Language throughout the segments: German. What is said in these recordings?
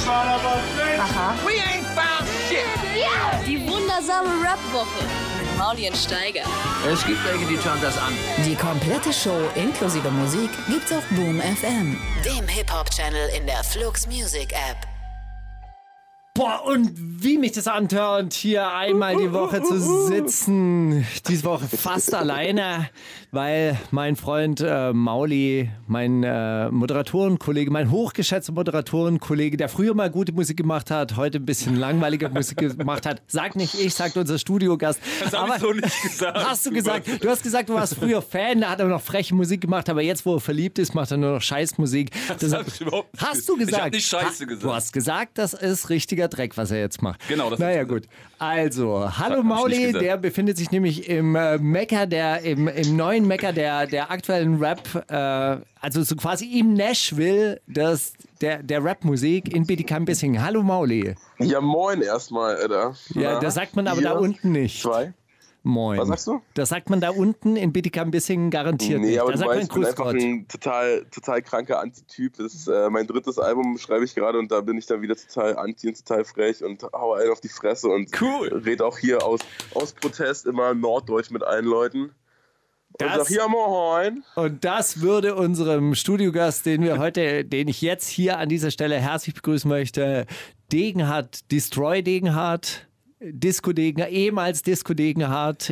Aha. We ain't found shit. Die wundersame Rap-Woche mit Mauli und Steiger. Es gibt welche, die schauen das an. Die komplette Show inklusive Musik gibt's auf Boom FM, Dem Hip-Hop-Channel in der Flux Music App. Boah, und wie mich das antört, hier einmal die Woche zu sitzen. Diese Woche fast alleine, weil mein Freund Mauli, mein Moderatorenkollege, mein hochgeschätzter Moderatorenkollege, der früher mal gute Musik gemacht hat, heute ein bisschen langweilige Musik gemacht hat. Sagt nicht ich, sagt unser Studiogast. Das habe ich so nicht gesagt. Hast du gesagt? Du hast gesagt, du warst früher Fan, da hat er noch freche Musik gemacht, aber jetzt, wo er verliebt ist, macht er nur noch Scheißmusik. Das hab ich überhaupt nicht hast du gesagt? Ich habe nicht Scheiße gesagt. Du hast gesagt, das ist richtiger Dreck, was er jetzt macht. Genau, das naja, hast du gut. Also, hallo Mauli, der befindet sich nämlich im Mekka, im neuen Mekka der aktuellen Rap, also so quasi im Nashville der Rapmusik in Bietigheim-Bissingen. Hallo Mauli. Ja, moin erstmal, Alter. Ja, das sagt man aber da unten nicht. Zwei. Moin. Was sagst du? Das sagt man da unten in Bietigheim-Bissingen garantiert nicht. Aber da du sagt weißt, ich bin einfach ein total kranker Antityp. Das ist mein drittes Album, schreibe ich gerade, und da bin ich dann wieder total anti und total frech und hau einen auf die Fresse und red auch hier aus Protest immer Norddeutsch mit allen Leuten. Und sag hier moin. Und das würde unserem Studiogast, den ich jetzt hier an dieser Stelle herzlich begrüßen möchte, Degenhardt, Destroy Degenhardt, ehemals Disco Degenhardt,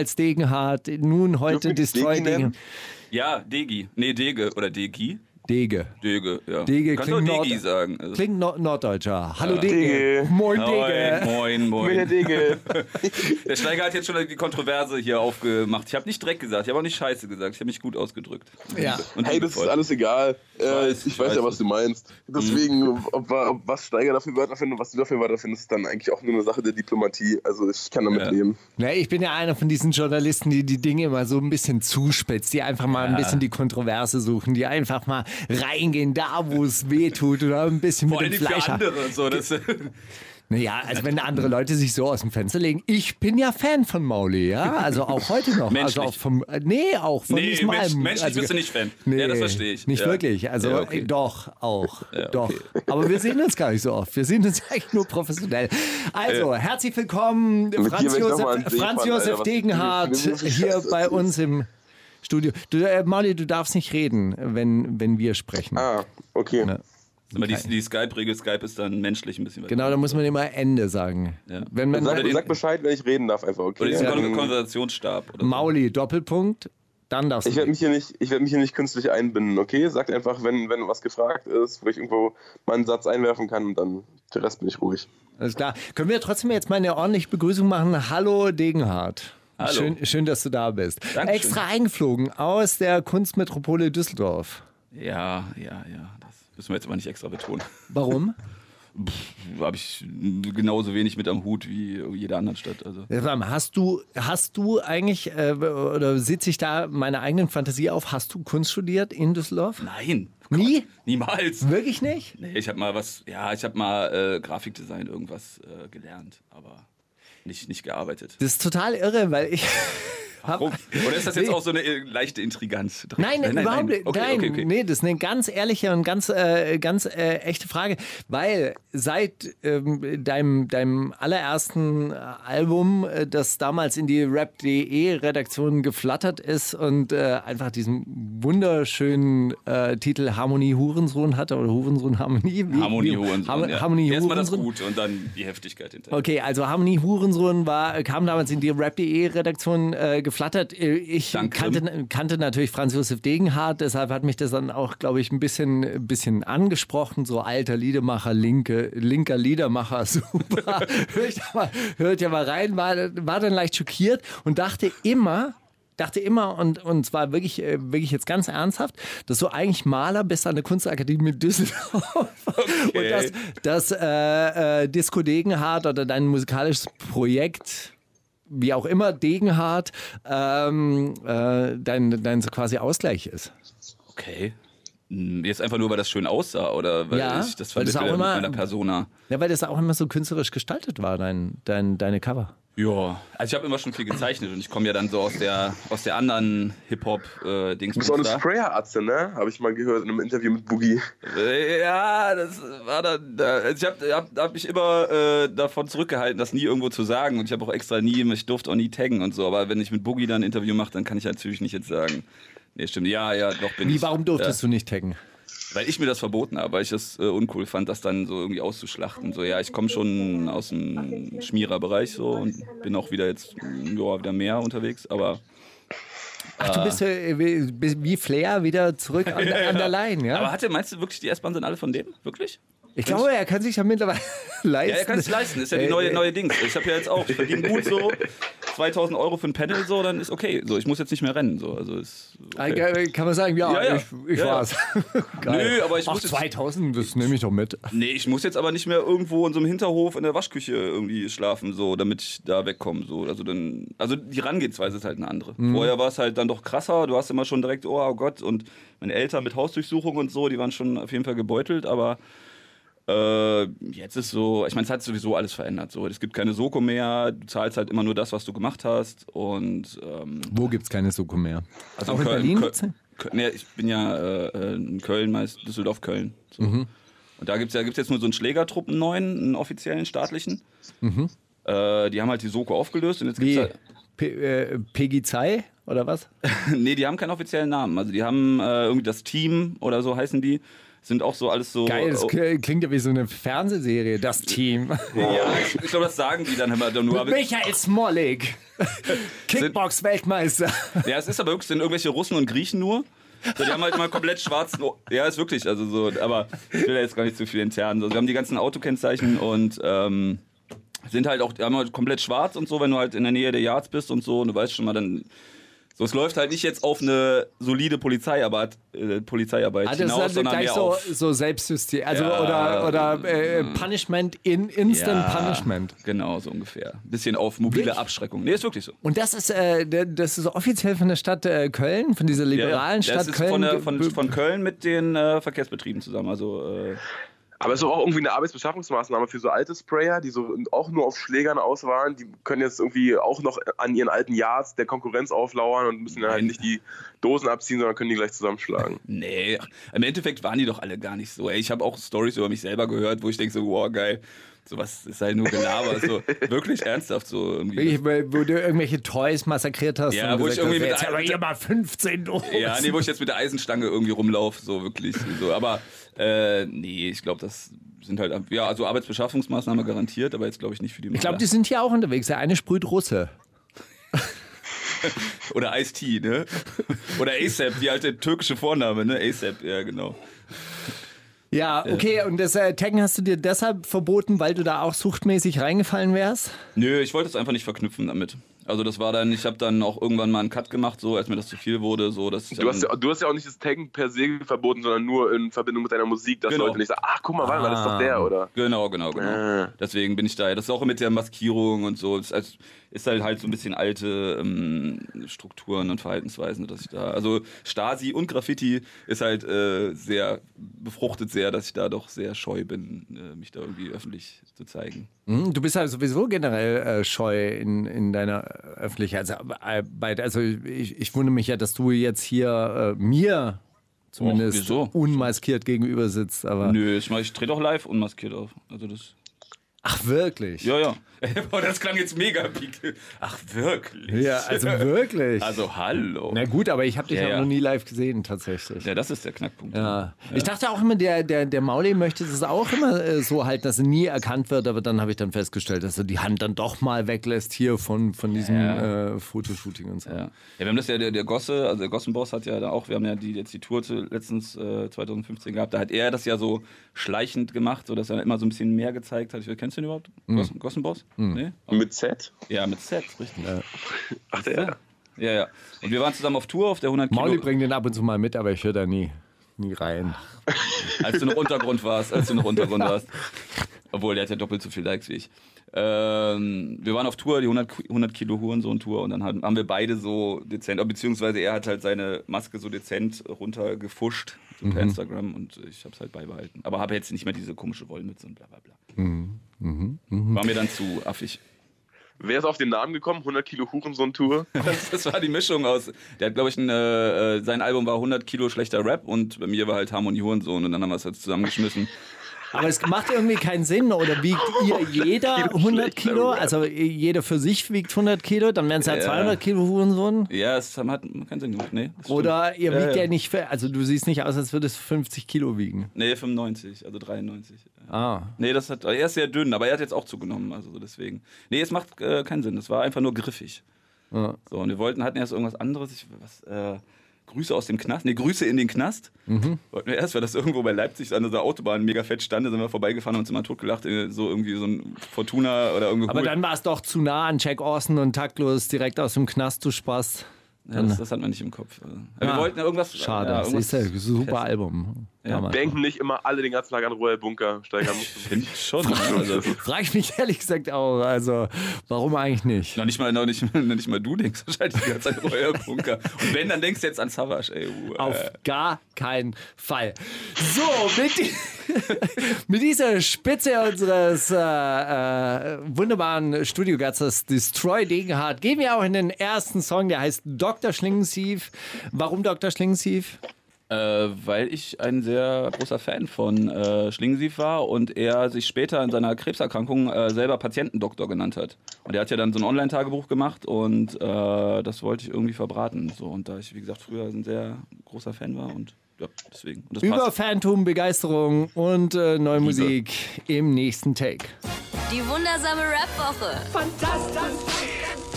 nun heute Destroy Degenhardt. Ja, Degi. Nee, Dege oder Degi. Dege, ja. Dege kannst klingt nur Degi sagen. Also. Klingt norddeutscher. Hallo Dege. Dege. Moin Dege. Moin. Dege. Der Steiger hat jetzt schon die Kontroverse hier aufgemacht. Ich habe nicht Dreck gesagt, ich habe auch nicht Scheiße gesagt. Ich habe mich gut ausgedrückt. Ja. Und hey, das ist alles egal. Ich weiß ja, was du meinst. Deswegen, was Steiger dafür Wörter findet und was du dafür Wörter findest, ist dann eigentlich auch nur eine Sache der Diplomatie. Also ich kann damit leben. Ja, ich bin ja einer von diesen Journalisten, die Dinge immer so ein bisschen zuspitzt, die einfach mal ein bisschen die Kontroverse suchen, die einfach mal reingehen, da wo es weh tut oder ein bisschen vor mit dem allem Fleisch. Für andere und so. Das Naja, also wenn andere Leute sich so aus dem Fenster legen. Ich bin ja Fan von Mauli, ja, also auch heute noch. Menschlich. Also auch von diesem Album. Menschlich also, bist du nicht Fan. Nee, ja, das verstehe ich. Nicht wirklich, also ja, okay. Doch, auch, ja, doch. okay. Aber wir sehen uns gar nicht so oft. Wir sehen uns eigentlich nur professionell. Also, herzlich willkommen, Franz Josef Degenhardt, hier bei uns im Studio. Mauli, du darfst nicht reden, wenn wir sprechen. Ah, okay. Ja. Aber die Skype-Regel, Skype ist dann menschlich ein bisschen weiter. Genau, da muss man immer Ende sagen. Ja. Wenn man Sag Bescheid, wenn ich reden darf, einfach, okay? Oder diesen Konversationsstab. Oder so. Mauli, Doppelpunkt, dann darfst du. Ich werde mich hier nicht künstlich einbinden, okay? Sagt einfach, wenn was gefragt ist, wo ich irgendwo mal einen Satz einwerfen kann, und dann der Rest bin ich ruhig. Alles klar. Können wir trotzdem jetzt mal eine ordentliche Begrüßung machen? Hallo Degenhardt. Hallo. Schön, dass du da bist. Dankeschön. Extra eingeflogen aus der Kunstmetropole Düsseldorf. Ja. Das müssen wir jetzt aber nicht extra betonen. Warum? Habe ich genauso wenig mit am Hut wie jede andere Stadt. Also. Hast du eigentlich, oder sitze ich da meiner eigenen Fantasie auf, hast du Kunst studiert in Düsseldorf? Nein. Nie? Gott, niemals. Wirklich nicht? Nee, ich habe mal Grafikdesign irgendwas gelernt, aber nicht gearbeitet. Das ist total irre, weil ich... Warum? Oder ist das jetzt auch so eine leichte Intriganz drin? Nein, überhaupt nicht. Okay. Nee, das ist eine ganz ehrliche und ganz echte Frage, weil seit deinem allerersten Album, das damals in die Rap.de Redaktion geflattert ist und einfach diesen wunderschönen Titel Harmonie Hurensohn hatte oder Hurensohn Harmonie. Harmonie Hurensohn. Harmonie Erstmal das Gute und dann die Heftigkeit hinterher. Okay, also Harmonie Hurensohn kam damals in die Rap.de Redaktion geflattert. Ich kannte natürlich Franz Josef Degenhardt, deshalb hat mich das dann auch, glaube ich, ein bisschen angesprochen. So alter Liedermacher, linker Liedermacher, super. Hör ich da mal rein, war dann leicht schockiert und dachte immer und zwar wirklich jetzt ganz ernsthaft, dass du eigentlich Maler bist an der Kunstakademie Düsseldorf. Okay. Und dass Disco Degenhardt oder dein musikalisches Projekt, wie auch immer, Degenhardt, dein so quasi Ausgleich ist. Okay. Jetzt einfach nur, weil das schön aussah oder weil ich das vermittle mit meiner Persona? Ja, weil das auch immer so künstlerisch gestaltet war, deine Cover. Ja, also ich habe immer schon viel gezeichnet und ich komme ja dann so aus der anderen Hip-Hop-Dings. Du bist auch eine Sprayer-Atze, ne? Habe ich mal gehört in einem Interview mit Boogie. Ja, das war dann. Also ich hab mich immer davon zurückgehalten, das nie irgendwo zu sagen und ich habe auch extra ich durfte auch nie taggen und so, aber wenn ich mit Boogie dann ein Interview mache, dann kann ich natürlich nicht jetzt sagen. Nee, stimmt, ja, doch bin ich. Warum durftest du nicht taggen? Weil ich mir das verboten habe, weil ich das uncool fand, das dann so irgendwie auszuschlachten. So, ja, ich komme schon aus dem Schmiererbereich so und bin auch wieder jetzt wieder mehr unterwegs, aber... Ach, du bist wie Flair wieder zurück an der Line, ja? Aber meinst du wirklich, die S-Bahn sind alle von dem? Wirklich? Ich glaube, er kann sich ja mittlerweile leisten. Ja, er kann es leisten. Das ist ja die neue Dings. Ich habe ja jetzt auch, ich verdiene gut so 2.000 Euro für ein Panel, so, dann ist okay. So, ich muss jetzt nicht mehr rennen. So, also ist okay. Kann man sagen, ich war's. Nö, aber ich muss 2.000, das nehme ich doch mit. Nee, ich muss jetzt aber nicht mehr irgendwo in so einem Hinterhof in der Waschküche irgendwie schlafen, so, damit ich da wegkomme. So. Also die Herangehensweise ist halt eine andere. Vorher war es halt dann doch krasser. Du hast immer schon direkt, oh Gott, und meine Eltern mit Hausdurchsuchung und so, die waren schon auf jeden Fall gebeutelt, aber jetzt ist so, ich meine, es hat sowieso alles verändert. So. Es gibt keine Soko mehr, du zahlst halt immer nur das, was du gemacht hast. Und, wo gibt es keine Soko mehr? Also auch in Berlin? Nee, ich bin ja in Köln, meist Düsseldorf, Köln. So. Und da gibt's jetzt nur so einen Schlägertrupp, einen neuen, einen offiziellen, staatlichen. Die haben halt die Soko aufgelöst und jetzt gibt's halt Pegizei oder was? Nee, die haben keinen offiziellen Namen. Also die haben irgendwie das Team oder so heißen die. Sind auch so alles so... Geil, das klingt ja wie so eine Fernsehserie, das Team. Ja, ich glaube, das sagen die dann immer nur. Michael Smolik, Kickbox-Weltmeister. Ja, es ist aber wirklich, sind irgendwelche Russen und Griechen nur. So, die haben halt mal komplett schwarzen... Ja, ist wirklich, also so, aber ich will da jetzt gar nicht zu viel entfernen. So, wir haben die ganzen Autokennzeichen und sind halt auch, haben halt komplett schwarz und so, wenn du halt in der Nähe der Yards bist und so, und du weißt schon mal dann... So, es läuft halt nicht jetzt auf eine solide Polizeiarbeit hinaus, sondern mehr so Selbstjustiz, also oder Punishment in Instant Punishment. Genau, so ungefähr. Bisschen auf mobile Abschreckung. Nee, ist wirklich so. Und das ist offiziell von der Stadt Köln, von dieser liberalen Stadt Köln? Das ist von Köln mit den Verkehrsbetrieben zusammen, also... Aber es ist auch irgendwie eine Arbeitsbeschaffungsmaßnahme für so alte Sprayer, die so auch nur auf Schlägern aus waren. Die können jetzt irgendwie auch noch an ihren alten Yards der Konkurrenz auflauern und müssen dann halt nicht die Dosen abziehen, sondern können die gleich zusammenschlagen. Nee, im Endeffekt waren die doch alle gar nicht so. Ey, ich habe auch Storys über mich selber gehört, wo ich denke so, wow, geil. Sowas ist halt nur Gelaber. So, wirklich ernsthaft so. Irgendwie. Wo du irgendwelche Toys massakriert hast. Ja, wo ich irgendwie mal 15 Dosen. Ja, nee, wo ich jetzt mit der Eisenstange irgendwie rumlaufe, so wirklich. So. Aber nee, ich glaube, das sind halt, ja, also Arbeitsbeschaffungsmaßnahme garantiert, aber jetzt glaube ich nicht für die Maler. Ich glaube, die sind hier auch unterwegs. Der eine sprüht Russe. Oder Ice-T, ne? Oder ASAP, die alte türkische Vorname, ne? ASAP, ja, genau. Ja, okay, und das Taggen hast du dir deshalb verboten, weil du da auch suchtmäßig reingefallen wärst? Nö, ich wollte es einfach nicht verknüpfen damit. Also das war dann, ich habe dann auch irgendwann mal einen Cut gemacht, so als mir das zu viel wurde. So, dass du hast ja auch nicht das Taggen per se verboten, sondern nur in Verbindung mit deiner Musik, dass Leute nicht sagen, ach guck mal, das ist doch der, oder? Genau. Deswegen bin ich da. Das ist auch mit der Maskierung und so. Das ist halt so ein bisschen alte Strukturen und Verhaltensweisen, dass ich da. Also Stasi und Graffiti ist halt befruchtet sehr, dass ich da doch sehr scheu bin, mich da irgendwie öffentlich zu zeigen. Du bist halt sowieso generell scheu in deiner Öffentlichkeit. Also ich wundere mich ja, dass du jetzt hier mir zumindest unmaskiert gegenüber sitzt. Aber nö, ich trete auch live unmaskiert auf. Also das. Ach, wirklich? Ja. Boah, das klang jetzt mega piek. Ach, wirklich? Ja, also wirklich. Also, hallo. Na gut, aber ich habe dich auch noch nie live gesehen, tatsächlich. Ja, das ist der Knackpunkt. Ja. Ich dachte auch immer, der Mauli möchte das auch immer so halten, dass er nie erkannt wird, aber dann habe ich dann festgestellt, dass er die Hand dann doch mal weglässt hier von diesem Fotoshooting und so. Ja, wir haben das ja, der Gosse, also der Gossenboss hat ja da auch, wir haben ja jetzt die Tour letztens 2015 gehabt, da hat er das ja so schleichend gemacht, so dass er immer so ein bisschen mehr gezeigt hat. Kennst du den überhaupt? Gossenboss? Nee? Mit Z? Ja, mit Z, richtig. Ja. Ach, der? Ja. Und wir waren zusammen auf Tour auf der 100 Kilo. Mauli bringt den ab und zu mal mit, aber ich höre da nie rein. Als du noch Untergrund warst. Obwohl, der hat ja doppelt so viel Likes wie ich. Wir waren auf Tour, die 100 Kilo Hurensohn-Tour, und dann haben wir beide so dezent, beziehungsweise er hat halt seine Maske so dezent runtergefuscht per Instagram, und ich habe es halt beibehalten. Aber habe jetzt nicht mehr diese komische Wollmütze und bla bla bla. War mir dann zu affig. Wer ist auf den Namen gekommen? 100 Kilo Hurensohn-Tour? Das war die Mischung aus. Der hat, glaube ich, sein Album war 100 Kilo schlechter Rap und bei mir war halt Harmonie Hurensohn und dann haben wir es halt zusammengeschmissen. Aber es macht irgendwie keinen Sinn, oder wiegt ihr jeder 100 Kilo? Also jeder für sich wiegt 100 Kilo, dann wären es halt 200 Kilo Hurensohn? Ja, es hat keinen Sinn gemacht, nee. Oder ihr wiegt ja nicht, also du siehst nicht aus, als würdest du 50 Kilo wiegen. Nee, 95, also 93. Ah. Nee, er ist sehr dünn, aber er hat jetzt auch zugenommen, also deswegen. Nee, es macht keinen Sinn, es war einfach nur griffig. Ja. So, und wir hatten erst irgendwas anderes, Grüße aus dem Knast, Grüße in den Knast. Wollten wir erst, weil das irgendwo bei Leipzig an der Autobahn mega fett stand, da sind wir vorbeigefahren und uns immer totgelacht, so irgendwie so ein Fortuna oder irgendwie. Aber dann war es doch zu nah an Jack Orson und Taktlos direkt aus dem Knast, du Spaß. Ja, das hat man nicht im Kopf. Aber wir wollten ja irgendwas. Schade, ja, das ist ja ein super Album. Ja. Denken nicht immer alle den ganzen Tag an Royal Bunker. Steiger Finde ich schon. Also. Frage ich mich ehrlich gesagt auch. Also, warum eigentlich nicht? Noch nicht mal du denkst wahrscheinlich die ganze Zeit Royal Bunker. Und wenn, dann denkst du jetzt an Savage. Ey, Auf gar keinen Fall. So, mit dieser Spitze unseres wunderbaren Studiogastes Destroy Degenhardt gehen wir auch in den ersten Song, der heißt Dr. Schlingensief. Warum Dr. Schlingensief? Weil ich ein sehr großer Fan von Schlingensief war und er sich später in seiner Krebserkrankung selber Patientendoktor genannt hat. Und er hat ja dann so ein Online-Tagebuch gemacht und das wollte ich irgendwie verbraten. So, und da ich, wie gesagt, früher ein sehr großer Fan war und ja, deswegen. Und das Über passt. Phantom, Begeisterung und neue Musik im nächsten Take. Die wundersame Rap-Woche. Fantastisch.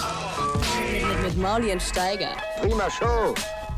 Mit Mauli und Steiger. Prima Show.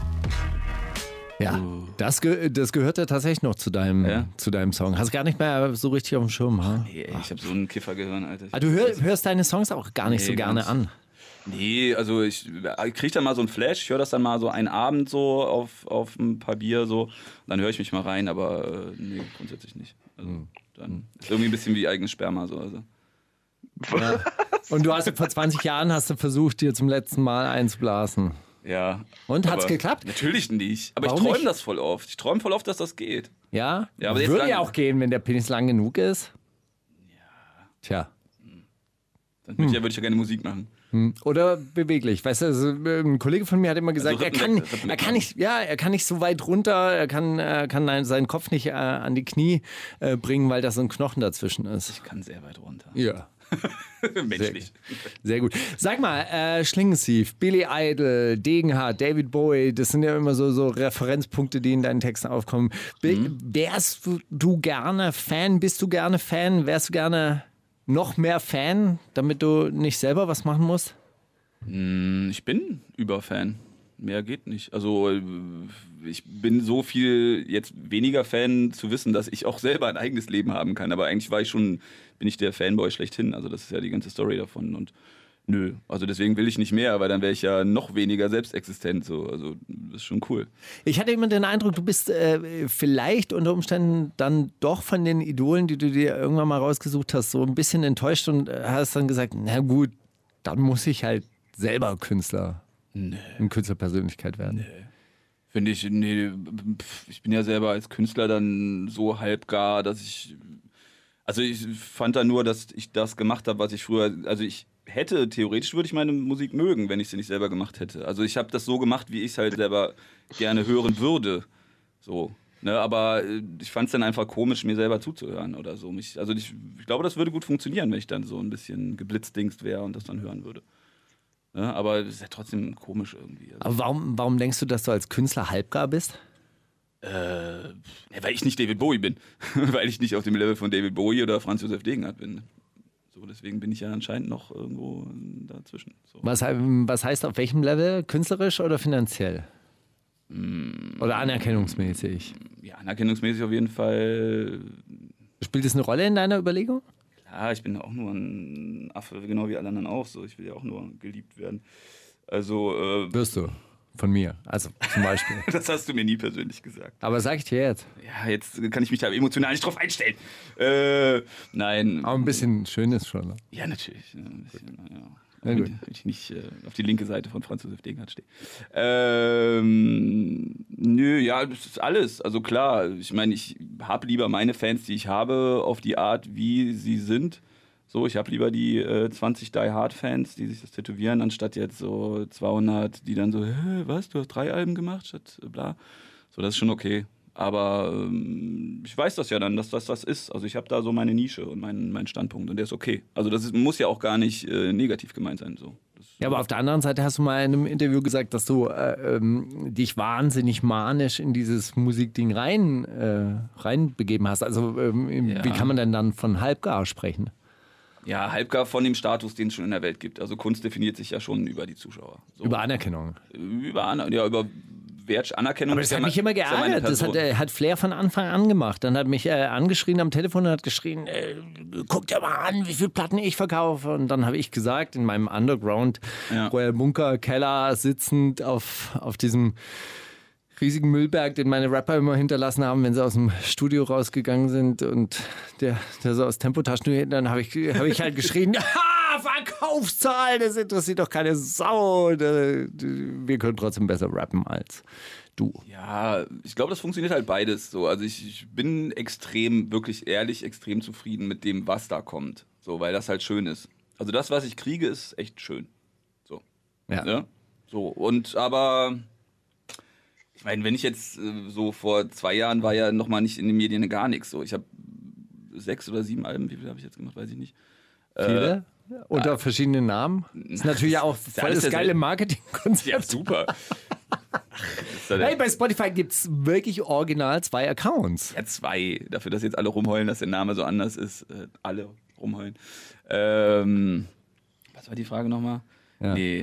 Ja, das gehörte tatsächlich noch zu deinem Song. Hast gar nicht mehr so richtig auf dem Schirm, ha? Nee, ich habe so ein Kiffergehirn, Alter. Du hörst deine Songs auch gar nicht so gerne an. Nee, also ich kriege dann mal so einen Flash, ich höre das dann mal so einen Abend so auf ein paar Bier so, und dann höre ich mich mal rein, aber nee, grundsätzlich nicht. Also dann ist irgendwie ein bisschen wie eigenes Sperma so. Also. Ja. Und du hast vor 20 Jahren versucht, dir zum letzten Mal einzublasen. Ja. Und hat's geklappt? Natürlich nicht. Aber Warum ich träume nicht? das voll oft. Ich träume voll oft, dass das geht. Ja? Ja, aber jetzt würde lang- ja auch gehen, wenn der Penis lang genug ist. Ja. Tja. Dann würde ich ja gerne Musik machen. Oder beweglich. Weißt du, also, ein Kollege von mir hat immer gesagt, Also er kann nicht so weit runter, er kann seinen Kopf nicht an die Knie bringen, weil da so ein Knochen dazwischen ist. Ich kann sehr weit runter. Ja. Menschlich. Sehr gut. Sag mal, Schlingensief, Billy Idol, Degenhardt, David Bowie, das sind ja immer so Referenzpunkte, die in deinen Texten aufkommen. Wärst du gerne Fan? Bist du gerne Fan? Wärst du gerne noch mehr Fan, damit du nicht selber was machen musst? Ich bin Überfan. Mehr geht nicht. Also ich bin so viel jetzt weniger Fan zu wissen, dass ich auch selber ein eigenes Leben haben kann. Aber eigentlich bin ich der Fanboy schlechthin. Also das ist ja die ganze Story davon. Und nö, also deswegen will ich nicht mehr, weil dann wäre ich ja noch weniger selbstexistent. So. Also das ist schon cool. Ich hatte immer den Eindruck, du bist vielleicht unter Umständen dann doch von den Idolen, die du dir irgendwann mal rausgesucht hast, so ein bisschen enttäuscht und hast dann gesagt, na gut, dann muss ich halt selber Künstler. Eine Künstlerpersönlichkeit werden. Finde ich, ich bin ja selber als Künstler dann so halbgar, dass ich fand dann nur, dass ich das gemacht habe, was ich früher, also theoretisch würde ich meine Musik mögen, wenn ich sie nicht selber gemacht hätte. Also ich habe das so gemacht, wie ich es halt selber gerne hören würde. So. Ne, aber ich fand es dann einfach komisch, mir selber zuzuhören oder so. Ich glaube, das würde gut funktionieren, wenn ich dann so ein bisschen geblitzdingst wäre und das dann hören würde. Ja, aber es ist ja trotzdem komisch irgendwie. Also, Aber warum denkst du, dass du als Künstler halbgar bist? weil ich nicht David Bowie bin. Weil ich nicht auf dem Level von David Bowie oder Franz Josef Degenhardt bin. So, deswegen bin ich ja anscheinend noch irgendwo dazwischen. So. Was heißt auf welchem Level? Künstlerisch oder finanziell? Oder anerkennungsmäßig? Ja, anerkennungsmäßig auf jeden Fall. Spielt es eine Rolle in deiner Überlegung? Klar, ich bin auch nur ein Affe, genau wie alle anderen auch. So. Ich will ja auch nur geliebt werden. Also. Wirst du. Von mir. Also zum Beispiel. Das hast du mir nie persönlich gesagt. Aber sag ich dir jetzt. Ja, jetzt kann ich mich da emotional nicht drauf einstellen. Nein. Aber ein bisschen schön ist schon. Ne? Ja, natürlich. Ein bisschen, ja. Na gut. Wenn ich nicht auf die linke Seite von Franz Josef Degenhardt stehe. Nö, ja, das ist alles. Also klar, ich meine, ich habe lieber meine Fans, die ich habe, auf die Art, wie sie sind. So, ich habe lieber die 20 Die Hard Fans, die sich das tätowieren, anstatt jetzt so 200, die dann so, was, du hast 3 Alben gemacht statt bla. So, das ist schon okay. Aber ich weiß das ja dann, dass das ist. Also ich habe da so meine Nische und meinen Standpunkt und der ist okay. Also das muss ja auch gar nicht negativ gemeint sein. So. Ja, aber auf der anderen Seite hast du mal in einem Interview gesagt, dass du dich wahnsinnig manisch in dieses Musikding reinbegeben hast. Also wie kann man denn dann von halbgar sprechen? Ja, halbgar von dem Status, den es schon in der Welt gibt. Also Kunst definiert sich ja schon über die Zuschauer. So. Über Anerkennung. Über Anerkennung. Aber das hat mich immer geärgert. Das hat Flair von Anfang an gemacht. Dann hat mich angeschrien am Telefon und hat geschrien, guck dir mal an, wie viele Platten ich verkaufe. Und dann habe ich gesagt, in meinem Underground Royal Bunker Keller sitzend auf diesem riesigen Müllberg, den meine Rapper immer hinterlassen haben, wenn sie aus dem Studio rausgegangen sind und der so aus Tempotaschen, dann habe ich halt geschrien, Verkaufszahl, das interessiert doch keine Sau. Wir können trotzdem besser rappen als du. Ja, ich glaube, das funktioniert halt beides so. Also ich bin wirklich ehrlich, extrem zufrieden mit dem, was da kommt. So, weil das halt schön ist. Also das, was ich kriege, ist echt schön. So. Ja. So, aber ich meine, wenn ich jetzt so vor 2 Jahren war ja nochmal nicht in den Medien gar nichts. So, ich habe 6 oder 7 Alben, wie viel habe ich jetzt gemacht, weiß ich nicht. Viele? Unter verschiedenen Namen? Das ist natürlich auch voll das geile Marketingkonzept. Ja, super. Hey, bei Spotify gibt es wirklich original 2 Accounts. Ja, 2. Dafür, dass jetzt alle rumheulen, dass der Name so anders ist. Alle rumheulen. Was war die Frage nochmal? Ja. Nee.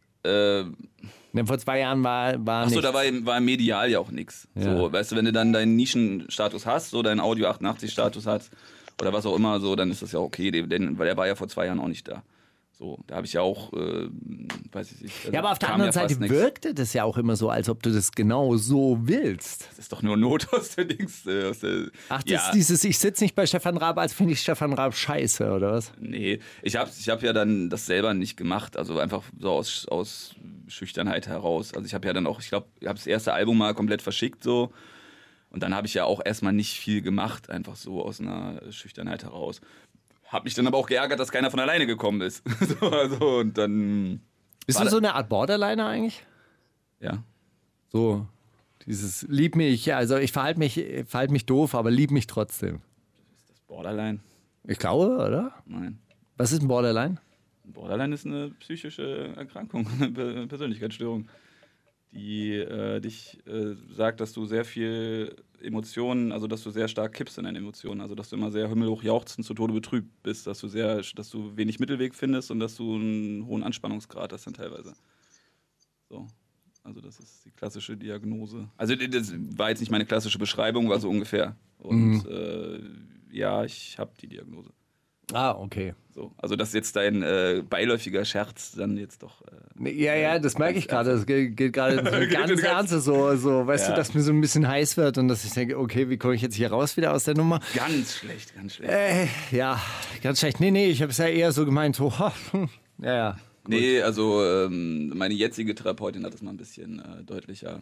Vor 2 Jahren war Achso, nichts. da war medial ja auch nichts. Ja. So, weißt du, wenn du dann deinen Nischenstatus hast, so deinen Audio 88-Status hast oder was auch immer, so, dann ist das ja okay, weil der war ja vor 2 Jahren auch nicht da. So, da habe ich ja auch, weiß ich nicht. Also ja, aber auf der anderen Seite wirkte das ja auch immer so, als ob du das genau so willst. Das ist doch nur Not aus der Dings. Ach, das ist dieses, ich sitze nicht bei Stefan Raab, als finde ich Stefan Raab scheiße, oder was? Nee, ich hab ja dann das selber nicht gemacht, also einfach so aus Schüchternheit heraus. Also ich habe ja dann auch, ich glaube, ich habe das erste Album mal komplett verschickt so und dann habe ich ja auch erstmal nicht viel gemacht, einfach so aus einer Schüchternheit heraus. Hab mich dann aber auch geärgert, dass keiner von alleine gekommen ist. Und dann. Bist du so eine Art Borderliner eigentlich? Ja. So, dieses lieb mich, also ich verhalte mich doof, aber lieb mich trotzdem. Ist das Borderline? Ich glaube, oder? Nein. Was ist ein Borderline? Borderline ist eine psychische Erkrankung, eine Persönlichkeitsstörung, die dich sagt, dass du sehr viel Emotionen, also dass du sehr stark kippst in deinen Emotionen, also dass du immer sehr himmelhoch jauchzend zu Tode betrübt bist, dass du wenig Mittelweg findest und dass du einen hohen Anspannungsgrad hast dann teilweise. So, also das ist die klassische Diagnose. Also das war jetzt nicht meine klassische Beschreibung, war so ungefähr. Und ja, ich habe die Diagnose. Ah, okay. So, also das ist jetzt dein beiläufiger Scherz dann jetzt doch. Ja, das merke ich gerade. Das geht gerade ganz ernst so, weißt du, dass mir so ein bisschen heiß wird und dass ich denke, okay, wie komme ich jetzt hier raus wieder aus der Nummer? Ganz schlecht. Ja, ganz schlecht. Nee, ich habe es ja eher so gemeint, so, ja. Gut. Nee, also meine jetzige Therapeutin hat das mal ein bisschen deutlicher.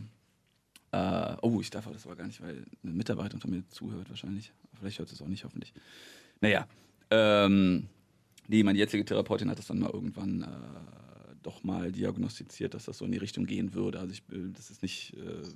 Ich darf das aber gar nicht, weil eine Mitarbeiterin von mir zuhört wahrscheinlich. Vielleicht hört sie es auch nicht, hoffentlich. Naja. Nee, meine jetzige Therapeutin hat das dann mal irgendwann doch mal diagnostiziert, dass das so in die Richtung gehen würde. Also das ist nicht,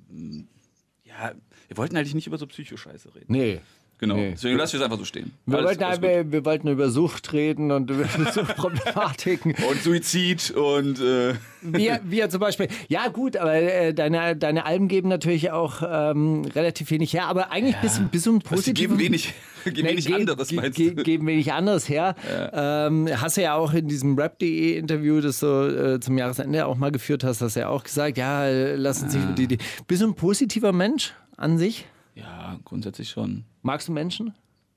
wir wollten eigentlich nicht über so Psychoscheiße reden. Nee. Genau, nee. Deswegen lassen wir es einfach so stehen. Wir wollten über Sucht reden und über Suchtproblematiken. Und Suizid und... Wie zum Beispiel. Ja gut, aber deine Alben geben natürlich auch relativ wenig her, aber eigentlich bis um positiv... Geben wenig anderes, meinst du? Geben wenig anderes her. Ja. Hast du ja auch in diesem Rap.de Interview, das du zum Jahresende auch mal geführt hast, hast du ja auch gesagt, ja, lass uns sich... Bist du ein positiver Mensch an sich? Ja, grundsätzlich schon. Magst du Menschen?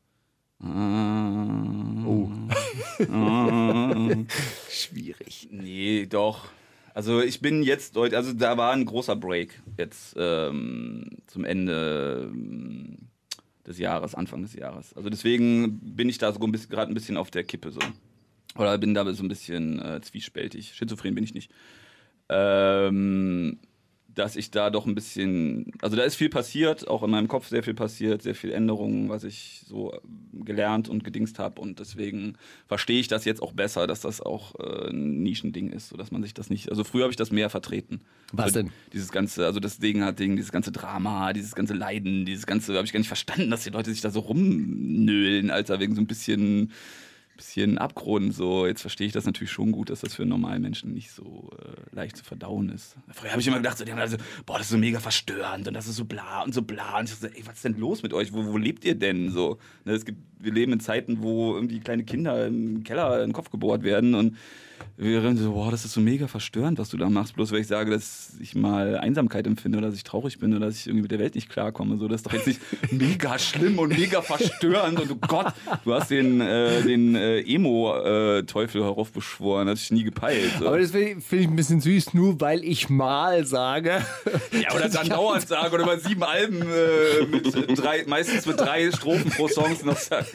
Schwierig. Nee, doch. Also ich bin jetzt, also da war ein großer Break jetzt zum Ende des Jahres, Anfang des Jahres. Also deswegen bin ich da so gerade ein bisschen auf der Kippe so. Oder bin da so ein bisschen zwiespältig. Schizophren bin ich nicht. dass ich da doch ein bisschen, also da ist viel passiert, auch in meinem Kopf sehr viel passiert, sehr viel Änderungen, was ich so gelernt und gedingst habe und deswegen verstehe ich das jetzt auch besser, dass das auch ein Nischending ist, sodass man sich das nicht, also früher habe ich das mehr vertreten. Was denn? Dieses ganze, also das Ding, dieses ganze Drama, dieses ganze Leiden, dieses ganze, habe ich gar nicht verstanden, dass die Leute sich da so rumnölen, Alter, wegen so ein bisschen Abgrund, so. Jetzt verstehe ich das natürlich schon gut, dass das für normale Menschen nicht so leicht zu verdauen ist. Früher habe ich immer gedacht, so, die haben also, boah, das ist so mega verstörend und das ist so bla und so bla. Und ich so, ey, was ist denn los mit euch? Wo lebt ihr denn? So, ne, wir leben in Zeiten, wo irgendwie kleine Kinder im Keller in den Kopf gebohrt werden und wir rennen so, boah, das ist so mega verstörend, was du da machst. Bloß weil ich sage, dass ich mal Einsamkeit empfinde oder dass ich traurig bin oder dass ich irgendwie mit der Welt nicht klarkomme. So, das ist doch jetzt nicht mega schlimm und mega verstörend. Und oh Gott, du hast den Emo-Teufel heraufbeschworen. Das hab ich nie gepeilt. So. Aber das finde ich ein bisschen süß, nur weil ich mal sage. Ja, oder dann dauernd sage oder über 7 Alben meistens mit 3 Strophen pro Song noch sage.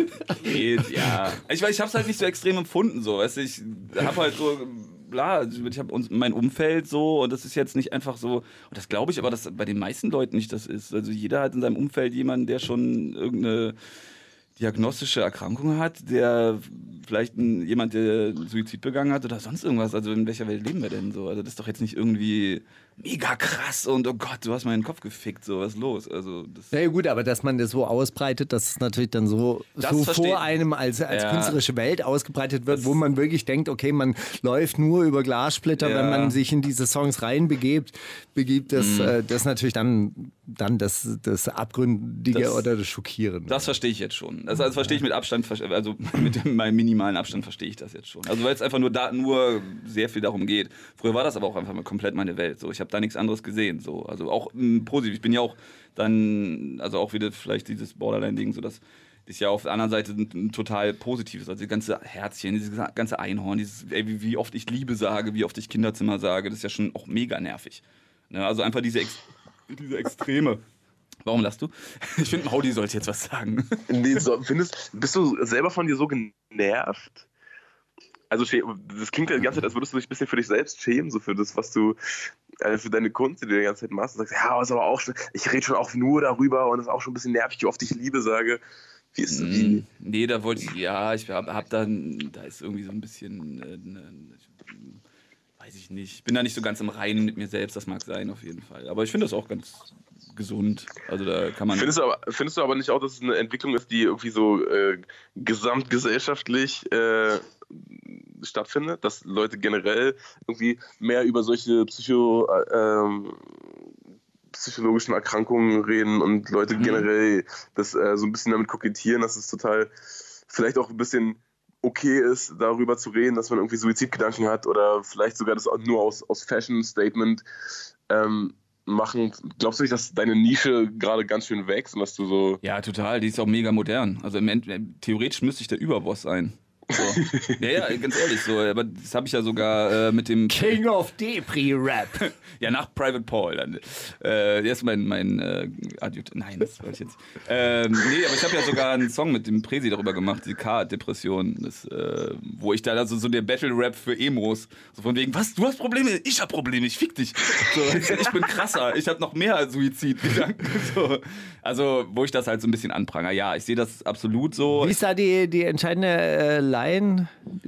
Ja. Ich habe es halt nicht so extrem empfunden. So. Weißt du, ich habe halt so, klar, ich habe mein Umfeld so und das ist jetzt nicht einfach so, und das glaube ich aber, dass bei den meisten Leuten nicht das ist. Also jeder hat in seinem Umfeld jemanden, der schon irgendeine diagnostische Erkrankung hat, der vielleicht jemand, der Suizid begangen hat oder sonst irgendwas. Also in welcher Welt leben wir denn so? Also das ist doch jetzt nicht irgendwie mega krass und oh Gott, du hast meinen Kopf gefickt, so, was ist los? Also das ja gut, aber dass man das so ausbreitet, dass es natürlich dann so vor einem als künstlerische Welt ausgebreitet wird, wo man wirklich denkt, okay, man läuft nur über Glassplitter, wenn man sich in diese Songs reinbegibt, das natürlich dann das Abgründige oder das Schockierende. Das verstehe ich jetzt schon. Also das verstehe ich mit Abstand, also mit meinem minimalen Abstand verstehe ich das jetzt schon. Also weil es einfach nur sehr viel darum geht. Früher war das aber auch einfach mal komplett meine Welt. So, ich habe da nichts anderes gesehen. So. Also auch positiv. Ich bin ja auch dann, also auch wieder vielleicht dieses Borderline-Ding, so das ist ja auf der anderen Seite ein total positives. Also die ganze Herzchen, dieses ganze Einhorn, wie oft ich Liebe sage, wie oft ich Kinderzimmer sage, das ist ja schon auch mega nervig. Ne? Also einfach diese Extreme. Warum lachst du? Ich finde, Maudi sollte jetzt was sagen. Nee, bist du selber von dir so genervt? Also das klingt ja die ganze Zeit, als würdest du dich ein bisschen für dich selbst schämen, so für das, was du, für deine Kunst, die du die ganze Zeit machst. Und sagst, ja, ist aber auch schon, ich rede schon auch nur darüber und es ist auch schon ein bisschen nervig, wie oft ich Liebe sage. Wie ist das? Nee, da wollte ich, ja, ich hab dann, da ist irgendwie so ein bisschen, weiß ich nicht, ich bin da nicht so ganz im Reinen mit mir selbst, das mag sein auf jeden Fall. Aber ich finde das auch ganz gesund. Also da kann man. Findest du aber nicht auch, dass es eine Entwicklung ist, die irgendwie so gesamtgesellschaftlich stattfindet, dass Leute generell irgendwie mehr über solche psychologischen Erkrankungen reden und Leute generell das so ein bisschen damit kokettieren, dass es total vielleicht auch ein bisschen okay ist, darüber zu reden, dass man irgendwie Suizidgedanken hat oder vielleicht sogar das auch nur aus Fashion-Statement machen. Glaubst du nicht, dass deine Nische gerade ganz schön wächst und dass du so... Ja, total. Die ist auch mega modern. Also theoretisch müsste ich der Überboss sein. So. Ja, ganz ehrlich so. Aber das habe ich ja sogar mit dem... King of Depri-Rap. Ja, nach Private Paul dann. Der ist mein Adjutant. Nein, das wollte ich jetzt. Nee, aber ich habe ja sogar einen Song mit dem Presi darüber gemacht, die K-Depression, wo ich da also so der Battle-Rap für Emos, so von wegen, was, du hast Probleme? Ich habe Probleme, ich fick dich. So, ich bin krasser, ich habe noch mehr Suizidgedanken. So. Also, wo ich das halt so ein bisschen anprangere. Ja, ich sehe das absolut so. Wie ist da die entscheidende Line?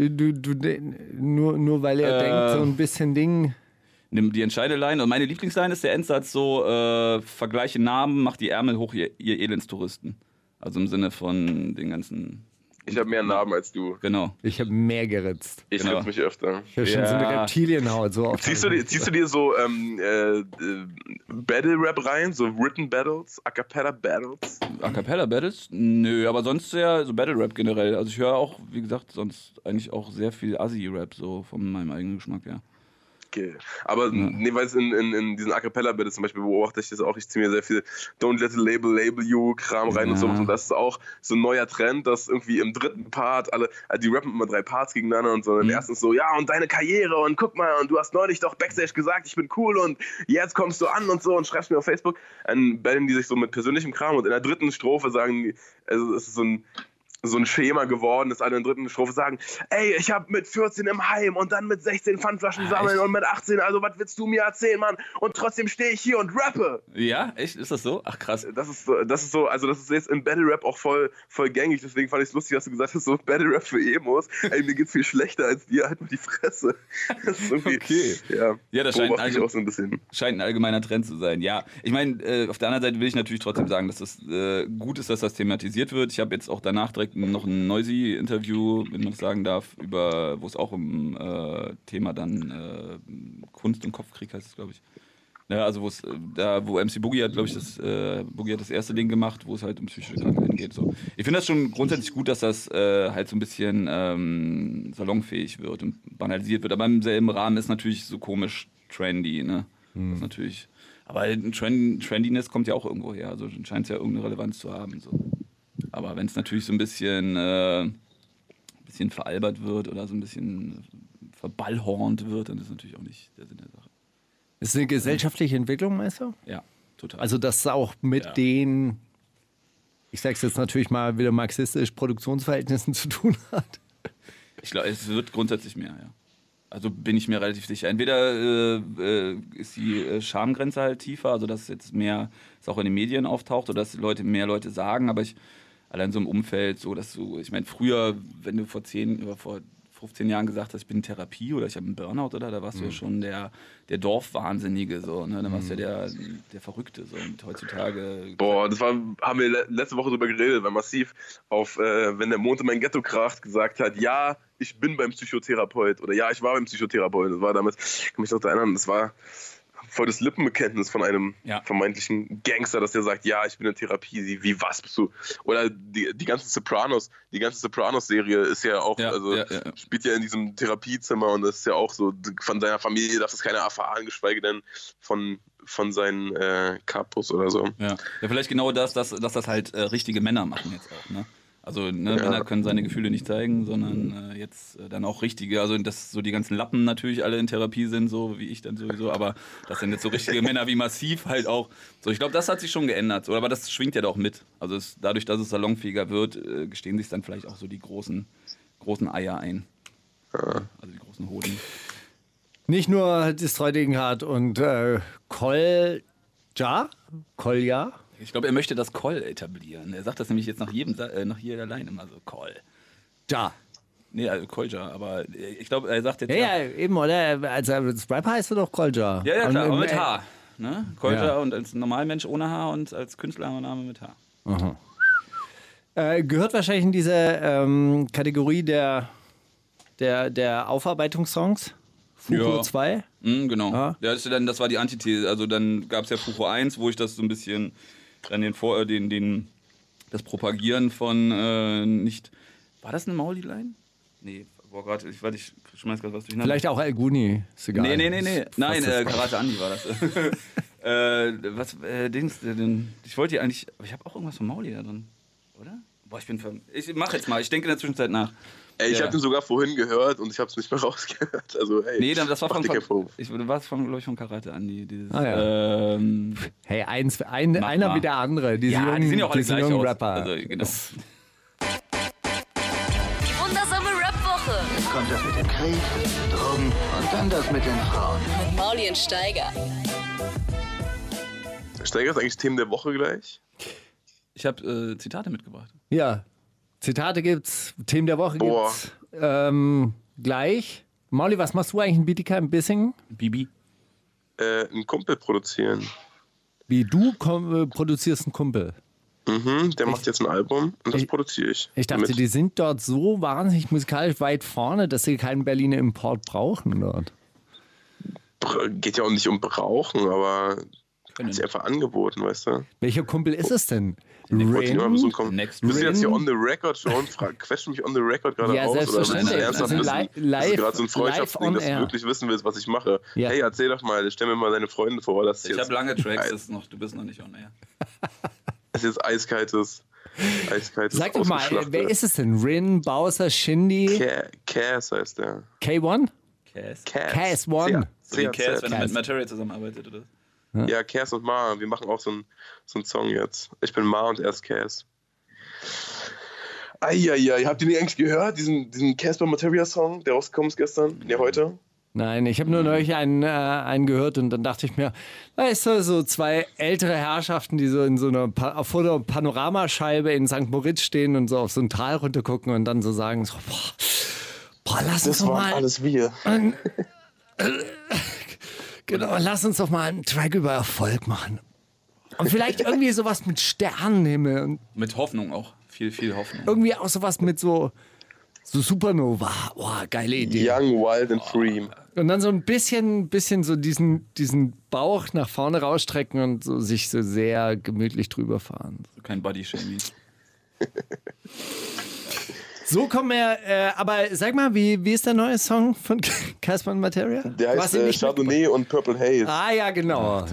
Nur weil er denkt, so ein bisschen Ding... Die entscheidende Line, und meine Lieblingsline ist der Endsatz so, vergleiche Namen, mach die Ärmel hoch, ihr Elendstouristen. Also im Sinne von den ganzen... Ich habe mehr Narben als du. Genau. Ich habe mehr geritzt. Ich ritze mich öfter. Ich habe schon so eine Reptilienhaut. So ziehst du dir so Battle-Rap rein, so Written Battles, A-Cappella-Battles? A-Cappella-Battles? Nö, aber sonst ja so Battle-Rap generell. Also ich höre auch, wie gesagt, sonst eigentlich auch sehr viel Assi-Rap, so von meinem eigenen Geschmack, ja. Okay. Aber nee, weil es in diesen A-Cappella-Battles zum Beispiel beobachte ich das auch, ich ziehe mir sehr viel Don't Let the Label You Kram rein und so. Und das ist auch so ein neuer Trend, dass irgendwie im dritten Part die rappen immer 3 Parts gegeneinander und so. Und im ersten so, ja, und deine Karriere und guck mal, und du hast neulich doch Backstage gesagt, ich bin cool und jetzt kommst du an und so und schreibst mir auf Facebook. Dann bellen die sich so mit persönlichem Kram und in der dritten Strophe sagen die, also es ist so ein so ein Schema geworden, dass alle in der dritten Strophe sagen, ey, ich hab mit 14 im Heim und dann mit 16 Pfandflaschen sammeln und mit 18, also was willst du mir erzählen, Mann? Und trotzdem stehe ich hier und rappe. Ja, echt? Ist das so? Ach, krass. Das ist jetzt in Battle Rap auch voll gängig, deswegen fand ich es lustig, dass du gesagt hast, so Battle Rap für Emos, ey, mir geht's viel schlechter als dir, halt mal die Fresse. Das ist irgendwie, okay. Ja, das scheint auch so ein bisschen. Scheint ein allgemeiner Trend zu sein. Ja, ich meine, auf der anderen Seite will ich natürlich trotzdem sagen, dass das gut ist, dass das thematisiert wird. Ich habe jetzt auch danach direkt noch ein Noisy-Interview, wenn man das sagen darf, wo es auch um Thema dann Kunst und Kopfkrieg heißt es, glaube ich. Ja, also wo MC Boogie hat, glaube ich, Boogie hat das erste Ding gemacht, wo es halt um psychische Krankheiten geht. So. Ich finde das schon grundsätzlich gut, dass das halt so ein bisschen salonfähig wird und banalisiert wird. Aber im selben Rahmen ist natürlich so komisch trendy, ne? Das ist natürlich. Aber Trendiness kommt ja auch irgendwo her. Also scheint es ja irgendeine Relevanz zu haben. So. Aber wenn es natürlich so ein bisschen veralbert wird oder so ein bisschen verballhornt wird, dann ist natürlich auch nicht der Sinn der Sache. Ist eine gesellschaftliche Entwicklung, meinst du? Ja, total. Also das auch mit den, ich sag's jetzt natürlich mal wieder marxistisch, Produktionsverhältnissen zu tun hat? Ich glaube, es wird grundsätzlich mehr, ja. Also bin ich mir relativ sicher. Entweder ist die Schamgrenze halt tiefer, also dass jetzt mehr es auch in den Medien auftaucht oder dass mehr Leute sagen, aber allein so im Umfeld, so dass ich meine, früher, wenn du vor 15 Jahren gesagt hast, ich bin in Therapie oder ich habe einen Burnout, oder? Da warst du ja schon der Dorfwahnsinnige, so, ne? Da warst du ja der Verrückte, so. Und heutzutage. Boah, haben wir letzte Woche drüber geredet, weil Massiv auf Wenn der Mond in mein Ghetto kracht gesagt hat, ja, ich bin beim Psychotherapeut oder ja, ich war beim Psychotherapeut. Das war damals, ich kann mich noch erinnern, das war voll das Lippenbekenntnis von einem vermeintlichen Gangster, dass der sagt, ja, ich bin in Therapie, wie was bist du? Oder die ganze Sopranos-Serie ist ja auch, spielt ja in diesem Therapiezimmer und das ist ja auch so, von seiner Familie darf das keiner erfahren, geschweige denn von seinen Kapos oder so. Ja, vielleicht genau dass das halt richtige Männer machen jetzt auch, ne? Also Männer können seine Gefühle nicht zeigen, sondern jetzt dann auch richtige, also dass so die ganzen Lappen natürlich alle in Therapie sind, so wie ich dann sowieso, aber das sind jetzt so richtige Männer wie Massiv halt auch. So, ich glaube, das hat sich schon geändert, so, aber das schwingt ja doch mit. Also dadurch, dass es salonfähiger wird, gestehen sich dann vielleicht auch so die großen Eier ein. Also die großen Hoden. Nicht nur Destroy Degenhardt und Kolja? Ich glaube, er möchte das Koll etablieren. Er sagt das nämlich jetzt nach jeder Line immer so, Koll. Ja. Nee, also Kolja, aber ich glaube, er sagt jetzt... Ja, eben, oder? Also als Rapper heißt er doch Kolja. Ja, klar, aber mit H. Ne? Kolja und als Normalmensch ohne H und als Künstlername mit H. Aha. Gehört wahrscheinlich in diese Kategorie der Aufarbeitungssongs? Furo 2? Genau. Ja, das war die Antithese. Also dann gab es ja Furo 1, wo ich das so ein bisschen dann das Propagieren von nicht... War das eine Mauli-Line? Nee, boah Gott, ich schmeiß gerade was durcheinander. Vielleicht auch El Guni, ist egal. Nee. Nein, Karate Andi war das. Ich wollte ja eigentlich... Aber ich habe auch irgendwas von Mauli da drin, oder? Boah, ich mach jetzt mal, ich denke in der Zwischenzeit nach. Ey, ich habe den sogar vorhin gehört und ich habe es nicht mehr rausgehört. Also, hey, nee, das war glaube ich, von Karate Andi. Hey, einer wie der andere. Die sind ja auch alle gleich aus. Rapper. Also, genau. Die wundersame Rap-Woche. Jetzt kommt das mit dem Krieg, Drogen und dann das mit den Frauen. Mit Mauli und Steiger. Steiger ist eigentlich Themen der Woche gleich? Ich habe Zitate mitgebracht. Ja. Zitate gibt's, Themen der Woche gibt's gleich. Mauli, was machst du eigentlich in Bietigheim, Bissingen? Bibi? Einen Kumpel produzieren. Wie, du produzierst einen Kumpel? Der macht jetzt ein Album und das produziere ich. Ich dachte, die sind dort so wahnsinnig musikalisch weit vorne, dass sie keinen Berliner Import brauchen dort. Geht ja auch nicht um Brauchen, aber hat sie einfach angeboten, weißt du? Welcher Kumpel ist es denn? Bist du jetzt hier on the record schon? Quetsch mich on the record gerade raus? Selbstverständlich. Oder also live, gerade so ein Freundschaftsding, dass du wirklich wissen willst, was ich mache. Ja. Hey, erzähl doch mal, stell mir mal deine Freunde vor. Ich habe lange Tracks, du bist noch nicht on air. Das ist jetzt eiskaltes. Sag doch mal, wer ist es denn? Rin, Bowser, Shindy? Cass heißt der. K1? Cass One. So wie Cass, wenn er mit Materia zusammenarbeitet, oder? Ja, Cass und Ma, wir machen auch so einen Song jetzt. Ich bin Ma und er ist Cass. Eieiei, habt ihr den eigentlich gehört? Diesen Casper Materia Song, der rausgekommen ist gestern? Ja, heute? Nein, ich habe nur neulich einen gehört und dann dachte ich mir, weißt du, so zwei ältere Herrschaften, die so in so einer vor einer Panoramascheibe in St. Moritz stehen und so auf so ein Tal runter gucken und dann so sagen, so, boah, lass uns Das doch waren mal... alles wir. Genau, lass uns doch mal einen Track über Erfolg machen. Und vielleicht irgendwie sowas mit Sternenhimmel und Mit Hoffnung auch. Viel Hoffnung. irgendwie auch sowas mit so Supernova. Boah, geile Idee. Young, wild and free. Und dann so ein bisschen so diesen Bauch nach vorne rausstrecken und so sich so sehr gemütlich drüber fahren. Kein Body-Shaming. So kommen wir, aber sag mal, wie ist der neue Song von Casper und Materia? Der heißt Chardonnay und Purple Haze. Ah ja, genau.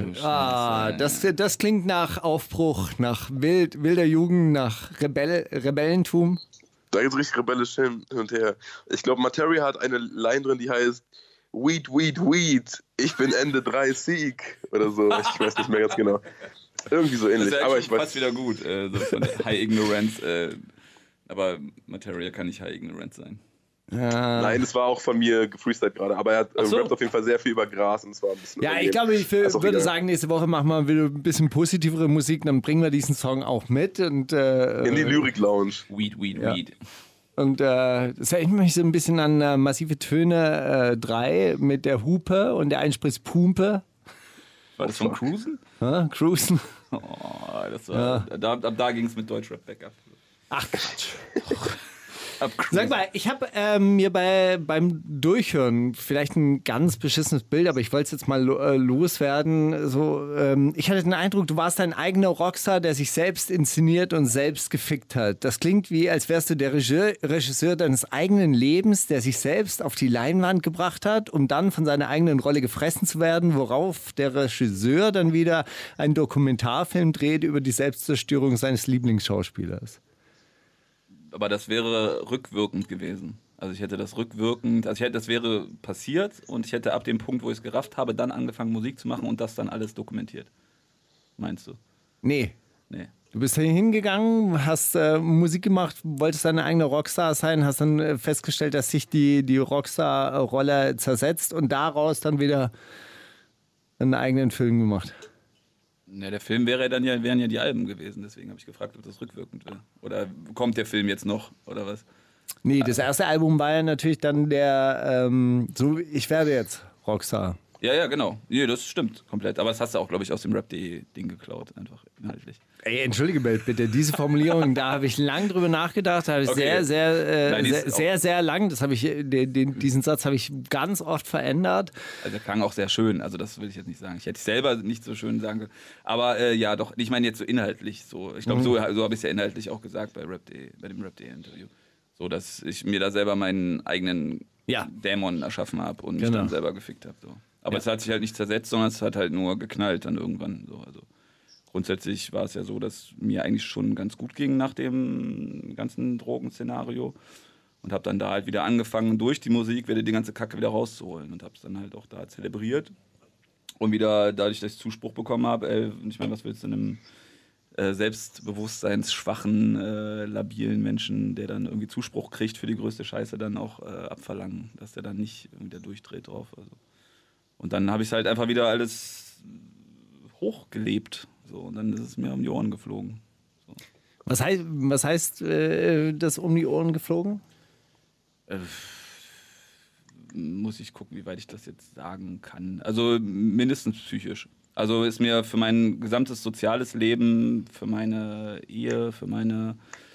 Das klingt nach Aufbruch, nach wilder Jugend, nach Rebellentum. Da geht's richtig rebellisch hin und her. Ich glaube, Materia hat eine Line drin, die heißt Weed, Weed, Weed, ich bin Ende 30 oder so. Ich weiß nicht mehr ganz genau. Irgendwie so ähnlich. Das ist ja aber ich weiß fast wieder gut. So von High Ignorance. Aber Materia kann nicht High Ignorance sein. Nein, es war auch von mir gefreestylt gerade, aber er hat rappt auf jeden Fall sehr viel über Gras und es war ein bisschen... Ja, ich glaube, ich würde sagen, nächste Woche machen wir wieder ein bisschen positivere Musik, dann bringen wir diesen Song auch mit. Und, in die Lyrik-Lounge. Weed. Und das erinnert mich so ein bisschen an Massive Töne 3 mit der Hupe und der Einspritzpumpe. War das von Cruisen? Cruisen. Oh, das war, ab da ging es mit Deutschrap bergab. Ach Quatsch. Sag mal, ich habe mir beim Durchhören vielleicht ein ganz beschissenes Bild, aber ich wollte es jetzt mal loswerden. So, ich hatte den Eindruck, du warst ein eigener Rockstar, der sich selbst inszeniert und selbst gefickt hat. Das klingt wie, als wärst du der Regisseur deines eigenen Lebens, der sich selbst auf die Leinwand gebracht hat, um dann von seiner eigenen Rolle gefressen zu werden, worauf der Regisseur dann wieder einen Dokumentarfilm dreht über die Selbstzerstörung seines Lieblingsschauspielers. Aber das wäre rückwirkend gewesen. Also ich hätte das rückwirkend, das wäre passiert und ich hätte ab dem Punkt, wo ich es gerafft habe, dann angefangen Musik zu machen und das dann alles dokumentiert. Meinst du? Nee. Du bist hingegangen, hast Musik gemacht, wolltest deine eigene Rockstar sein, hast dann festgestellt, dass sich die Rockstar-Rolle zersetzt und daraus dann wieder einen eigenen Film gemacht. Ja, der Film wären ja die Alben gewesen, deswegen habe ich gefragt, ob das rückwirkend wäre. Oder kommt der Film jetzt noch, oder was? Nee, das erste Album war ja natürlich dann der, ich werde jetzt Rockstar. Ja, genau. Nee, das stimmt komplett. Aber das hast du auch, glaube ich, aus dem Rap.de-Ding geklaut, einfach inhaltlich. Ey, entschuldige bitte, diese Formulierung, da habe ich lang drüber nachgedacht, da habe ich sehr lang, das habe ich, diesen Satz habe ich ganz oft verändert. Also der klang auch sehr schön, also das will ich jetzt nicht sagen. Ich hätte es selber nicht so schön sagen können. Aber ja, doch, ich meine jetzt so inhaltlich so. Ich glaube, so habe ich es ja inhaltlich auch gesagt bei dem Rap.de-Interview. So, dass ich mir da selber meinen eigenen Dämon erschaffen habe und mich dann selber gefickt habe. So. Aber es hat sich halt nicht zersetzt, sondern es hat halt nur geknallt dann irgendwann. So. Also grundsätzlich war es ja so, dass mir eigentlich schon ganz gut ging nach dem ganzen Drogenszenario und habe dann da halt wieder angefangen, durch die Musik wieder die ganze Kacke wieder rauszuholen und habe es dann halt auch da zelebriert und wieder dadurch, dass ich Zuspruch bekommen habe, ich meine, was willst du einem selbstbewusstseinsschwachen, labilen Menschen, der dann irgendwie Zuspruch kriegt für die größte Scheiße, dann auch abverlangen, dass der dann nicht irgendwie da durchdreht drauf. Also. Und dann habe ich halt einfach wieder alles hochgelebt. So, und dann ist es mir um die Ohren geflogen. So. Was heißt das um die Ohren geflogen? Muss ich gucken, wie weit ich das jetzt sagen kann. Also mindestens psychisch. Also ist mir für mein gesamtes soziales Leben, für meine Ehe, für meine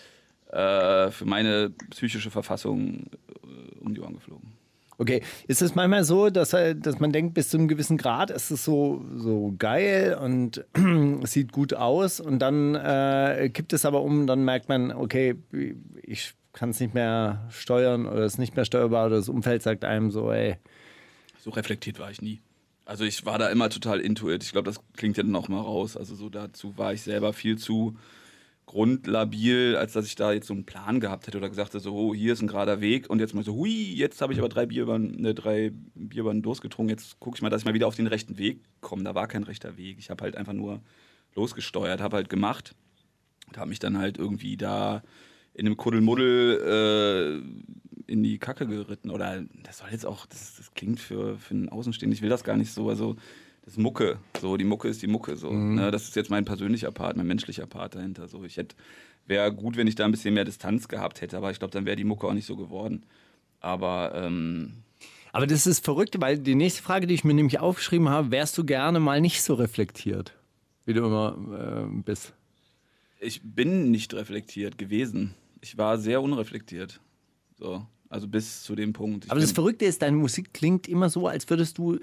psychische Verfassung um die Ohren geflogen. Okay, ist es manchmal so, dass man denkt, bis zu einem gewissen Grad ist es so geil und sieht gut aus und dann kippt es aber um, dann merkt man, okay, ich kann es nicht mehr steuern oder es ist nicht mehr steuerbar oder das Umfeld sagt einem so, ey. So reflektiert war ich nie. Also ich war da immer total into it. Ich glaube, das klingt ja noch mal raus. Also so dazu war ich selber viel zu grundlabil, als dass ich da jetzt so einen Plan gehabt hätte oder gesagt hätte, so, oh, hier ist ein gerader Weg und jetzt mal so, hui, jetzt habe ich aber 3 Bier über den Durst getrunken, jetzt gucke ich mal, dass ich mal wieder auf den rechten Weg komme. Da war kein rechter Weg. Ich habe halt einfach nur losgesteuert, habe halt gemacht und habe mich dann halt irgendwie da in einem Kuddelmuddel in die Kacke geritten. Oder das soll jetzt auch, das klingt für einen Außenstehenden, ich will das gar nicht so, also das ist Mucke, so, die Mucke ist die Mucke, so. Ne? Das ist jetzt mein persönlicher Part, mein menschlicher Part dahinter. So. Wäre gut, wenn ich da ein bisschen mehr Distanz gehabt hätte, aber ich glaube, dann wäre die Mucke auch nicht so geworden. Aber das ist verrückt, weil die nächste Frage, die ich mir nämlich aufgeschrieben habe, wärst du gerne mal nicht so reflektiert, wie du immer bist? Ich bin nicht reflektiert gewesen. Ich war sehr unreflektiert. So, also bis zu dem Punkt. Aber das Verrückte ist, deine Musik klingt immer so, als würdest du...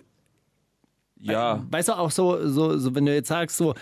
Ja. Weißt du, auch so, wenn du jetzt sagst, so...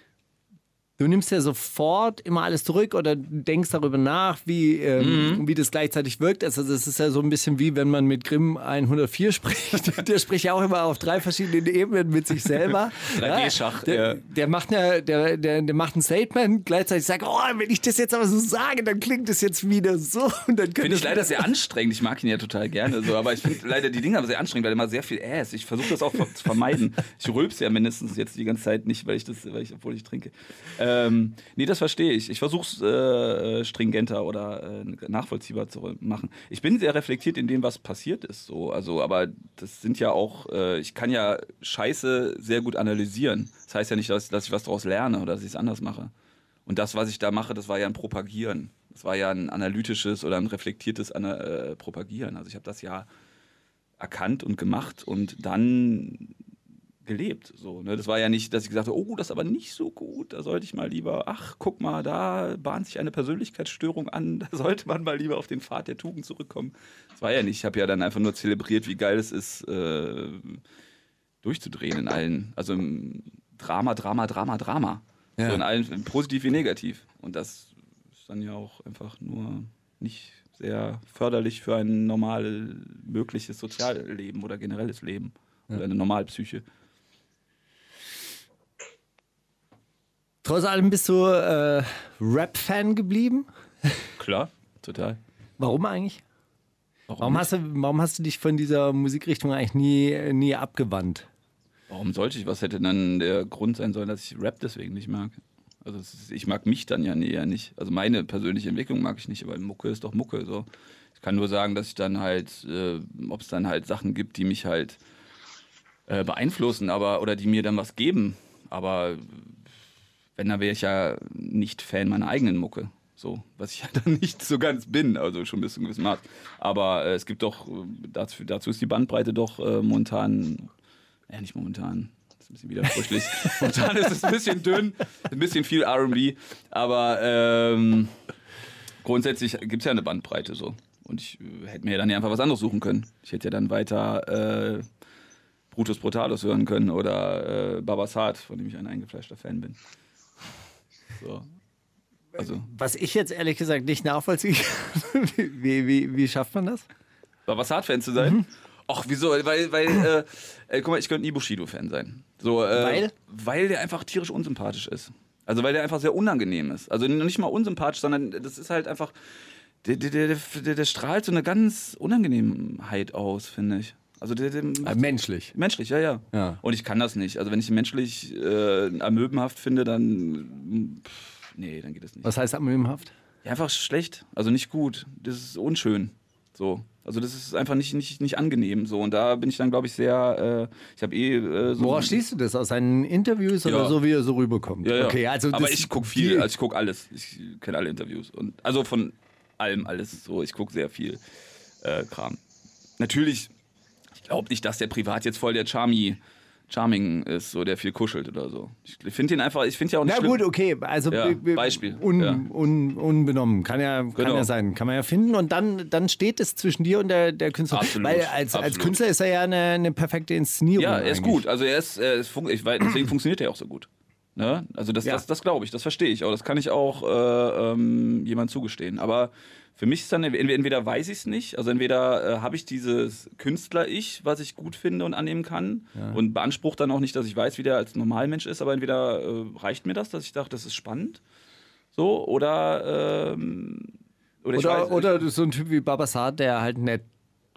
Du nimmst ja sofort immer alles zurück oder denkst darüber nach, wie das gleichzeitig wirkt. Also das ist ja so ein bisschen wie, wenn man mit Grimm 104 spricht. Der spricht ja auch immer auf 3 verschiedenen Ebenen mit sich selber. 3D-Schach. Der macht ein Statement, gleichzeitig sagt, wenn ich das jetzt aber so sage, dann klingt das jetzt wieder so. Finde ich leider sehr anstrengend. Ich mag ihn ja total gerne, so, aber ich finde leider die Dinge aber sehr anstrengend, weil immer sehr viel Ich versuche das auch zu vermeiden. Ich rülpse ja mindestens jetzt die ganze Zeit nicht, obwohl ich trinke. Nee, das verstehe ich. Ich versuche es stringenter oder nachvollziehbar zu machen. Ich bin sehr reflektiert in dem, was passiert ist. So. Also, aber das sind ja auch, ich kann ja Scheiße sehr gut analysieren. Das heißt ja nicht, dass ich was daraus lerne oder dass ich es anders mache. Und das, was ich da mache, das war ja ein Propagieren. Das war ja ein analytisches oder ein reflektiertes Propagieren. Also ich habe das ja erkannt und gemacht und dann gelebt. So, ne? Das war ja nicht, dass ich gesagt habe, oh, das ist aber nicht so gut, da sollte ich mal lieber, ach, guck mal, da bahnt sich eine Persönlichkeitsstörung an, da sollte man mal lieber auf den Pfad der Tugend zurückkommen. Das war ja nicht, ich habe ja dann einfach nur zelebriert, wie geil es ist, durchzudrehen in allen, also im Drama. Ja. So in allen, positiv wie negativ. Und das ist dann ja auch einfach nur nicht sehr förderlich für ein normal mögliches Sozialleben oder generelles Leben. Oder eine Normalpsyche. Trotz allem bist du Rap-Fan geblieben? Klar, total. Warum eigentlich? Warum hast du dich von dieser Musikrichtung eigentlich nie abgewandt? Warum sollte ich? Was hätte dann der Grund sein sollen, dass ich Rap deswegen nicht mag? Also ich mag mich dann ja eher nicht. Also meine persönliche Entwicklung mag ich nicht, aber Mucke ist doch Mucke. So. Ich kann nur sagen, dass ich dann halt, ob es dann halt Sachen gibt, die mich halt beeinflussen, oder die mir dann was geben. Aber wenn, dann wäre ich ja nicht Fan meiner eigenen Mucke. So, was ich ja dann nicht so ganz bin, also schon bis zu einem gewissen Maß. Aber es gibt doch, dazu ist die Bandbreite doch momentan, nicht momentan, das ist ein bisschen widersprüchlich. Momentan ist es ein bisschen dünn, ein bisschen viel R&B, aber grundsätzlich gibt es ja eine Bandbreite so. Und ich hätte mir dann ja einfach was anderes suchen können. Ich hätte ja dann weiter Brutus Brutalus hören können oder Babasat, von dem ich ein eingefleischter Fan bin. So. Also. Was ich jetzt ehrlich gesagt nicht nachvollziehen kann, wie schafft man das? Babasat-Fan zu sein? Ach, wieso? Weil guck mal, ich könnte nie Bushido-Fan sein. So, weil? Weil der einfach tierisch unsympathisch ist. Also weil der einfach sehr unangenehm ist. Also nicht mal unsympathisch, sondern das ist halt einfach, der strahlt so eine ganz Unangenehmheit aus, finde ich. Also menschlich. Menschlich, ja. Und ich kann das nicht. Also wenn ich ihn menschlich amöbenhaft finde, dann dann geht es nicht. Was heißt amöbenhaft? Ja, einfach schlecht. Also nicht gut. Das ist unschön. So. Also das ist einfach nicht angenehm. So. Und da bin ich dann, glaube ich, sehr. Ich habe so. Worauf schließt du das? Aus seinen Interviews oder so, wie er so rüberkommt? Ja. Okay, also aber ich gucke viel. Also ich gucke alles. Ich kenne alle Interviews. Also von allem alles. So. Ich gucke sehr viel Kram. Natürlich. Ich glaube nicht, dass der privat jetzt voll der Charming ist, so der viel kuschelt oder so. Ich finde ihn einfach, ich finde ja auch nicht schlimm. Na gut, okay, also Beispiel. Unbenommen, kann ja sein, kann man ja finden und dann steht es zwischen dir und der Künstler. Absolut, weil als Künstler ist er ja eine perfekte Inszenierung. Ja, er ist gut, also deswegen funktioniert er auch so gut. Ne? Also das glaube ich, das verstehe ich auch, das kann ich auch jemand zugestehen, aber für mich ist dann, entweder weiß ich es nicht, also entweder habe ich dieses Künstler-Ich, was ich gut finde und annehmen kann und beansprucht dann auch nicht, dass ich weiß, wie der als Normalmensch ist, aber entweder reicht mir das, dass ich dachte, das ist spannend, so, oder so ein Typ wie Babasat, der halt nett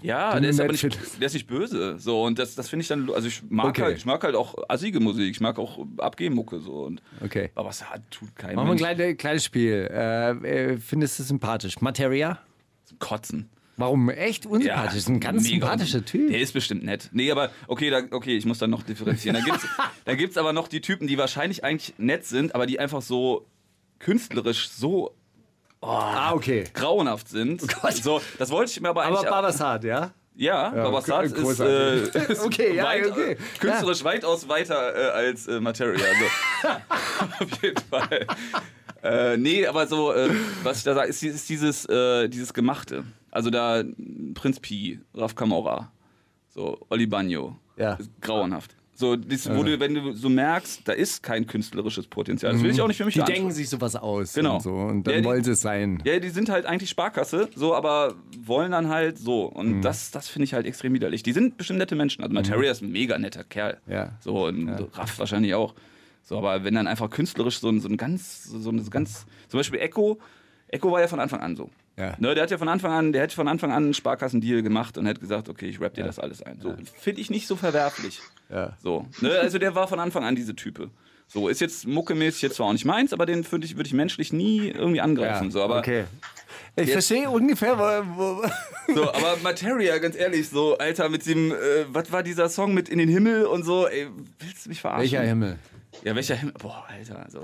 Ja, der ist aber nicht, der ist nicht böse. So, und das finde ich dann, also ich mag halt auch assige Musik, ich mag auch Abgehmucke so. Und, aber was tut kein Machen wir ein kleines Spiel. Findest du sympathisch? Materia? Kotzen. Warum? Echt unsympathisch? Ist ein ganz sympathischer Typ. Der ist bestimmt nett. Nee, aber okay, ich muss dann noch differenzieren. Da gibt's aber noch die Typen, die wahrscheinlich eigentlich nett sind, aber die einfach so künstlerisch so grauenhaft sind. Oh Gott. So, das wollte ich mir aber eigentlich... Aber Babasat, ja? Ja, Babasat ist künstlerisch weitaus weiter als Materia. Also, auf jeden Fall. Nee, aber so, was ich da sage, ist dieses Gemachte. Also da Prinz Pi, Raf Camora, so Oli Bagno, grauenhaft. So, wenn du so merkst, da ist kein künstlerisches Potenzial. Das will ich auch nicht für mich Die denken sich sowas aus und dann wollen sie es sein. Ja, die sind halt eigentlich Sparkasse, so, aber wollen dann halt so. Und das finde ich halt extrem widerlich. Die sind bestimmt nette Menschen. Also Materia ist ein mega netter Kerl. Ja. So, und Raff wahrscheinlich auch. So, aber wenn dann einfach künstlerisch so ein ganz, zum Beispiel Echo war ja von Anfang an so. Ja. Ne, der hätte von Anfang an einen Sparkassendeal gemacht und hätte gesagt, okay, ich rapp dir das alles ein. So, finde ich nicht so verwerflich. Ja. So, ne, also der war von Anfang an diese Type. So, ist jetzt muckemäßig jetzt zwar auch nicht meins, aber den würde ich menschlich nie irgendwie angreifen. Ja. So, aber ich verstehe ungefähr, wo so, aber Materia, ganz ehrlich, so, Alter, mit dem, was war dieser Song mit In den Himmel und so, ey, willst du mich verarschen? Welcher Himmel? Ja, welcher Himmel? Boah, Alter, so.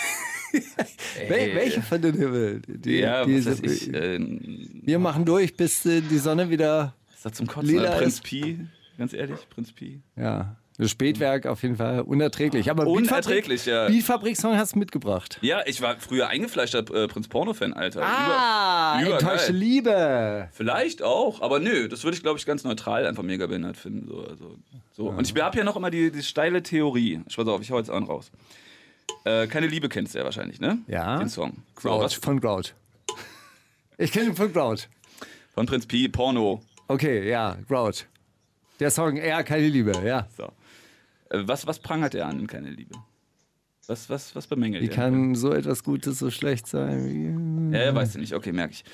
Welche von den Himmel? Wir machen durch, bis die Sonne wieder. Ist das zum Kotzen? Prinz Pi, ganz ehrlich, Prinz Pi. Ja. Das Spätwerk auf jeden Fall unerträglich. Aber unerträglich, ja. Beatfabrik-Song hast du mitgebracht. Ja, ich war früher eingefleischter Prinz Porno-Fan, Alter. Enttäuschte Liebe. Vielleicht auch, aber nö, das würde ich, glaube ich, ganz neutral einfach mega behindert finden. So. Und ich habe ja noch immer die steile Theorie. Pass auf, ich hau jetzt einen raus. Keine Liebe kennst du ja wahrscheinlich, ne? Ja. Den Song. Grouch, von Grouch. Ich kenne ihn von Grouch. Von Prinz Pi, Porno. Okay, ja, Grouch. Der Song, keine Liebe, ja. So. Was prangert er an in Keine Liebe? Was bemängelt er? Wie kann so etwas Gutes so schlecht sein? Ja, weißt du nicht. Okay, merke ich.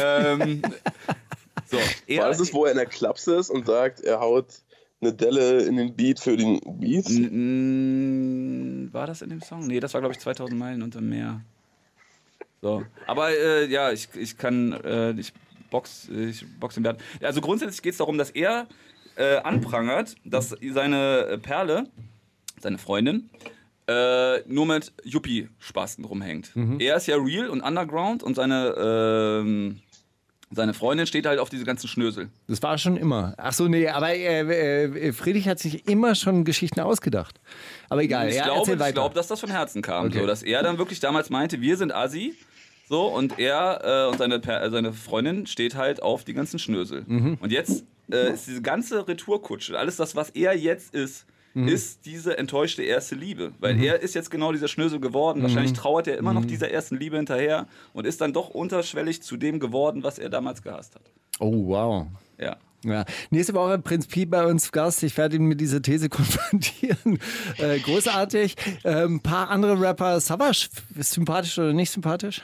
So, war das, wo er in der Klapse ist und sagt, er haut eine Delle in den Beat für den Beat? War das in dem Song? Nee, das war, glaube ich, 2000 Meilen unterm Meer. So. Aber ich box den Bernd. Also grundsätzlich geht es darum, dass er anprangert, dass seine Perle, seine Freundin, nur mit Yuppie-Spasten rumhängt. Er ist ja real und underground und seine Freundin steht halt auf diese ganzen Schnösel. Das war schon immer. Ach so, nee, aber Friedrich hat sich immer schon Geschichten ausgedacht. Aber egal, ich glaube, dass das von Herzen kam. Okay. So, dass er dann wirklich damals meinte, wir sind Assi. So, und er und seine Freundin steht halt auf die ganzen Schnösel. Und jetzt ist diese ganze Retourkutsche, alles das, was er jetzt ist diese enttäuschte erste Liebe. Weil er ist jetzt genau dieser Schnösel geworden. Wahrscheinlich trauert er immer noch dieser ersten Liebe hinterher und ist dann doch unterschwellig zu dem geworden, was er damals gehasst hat. Oh, wow. Ja. Nächste Woche Prinz Pi bei uns Gast. Ich werde ihn mit dieser These konfrontieren. Großartig. Ein paar andere Rapper. Savage, sympathisch oder nicht sympathisch?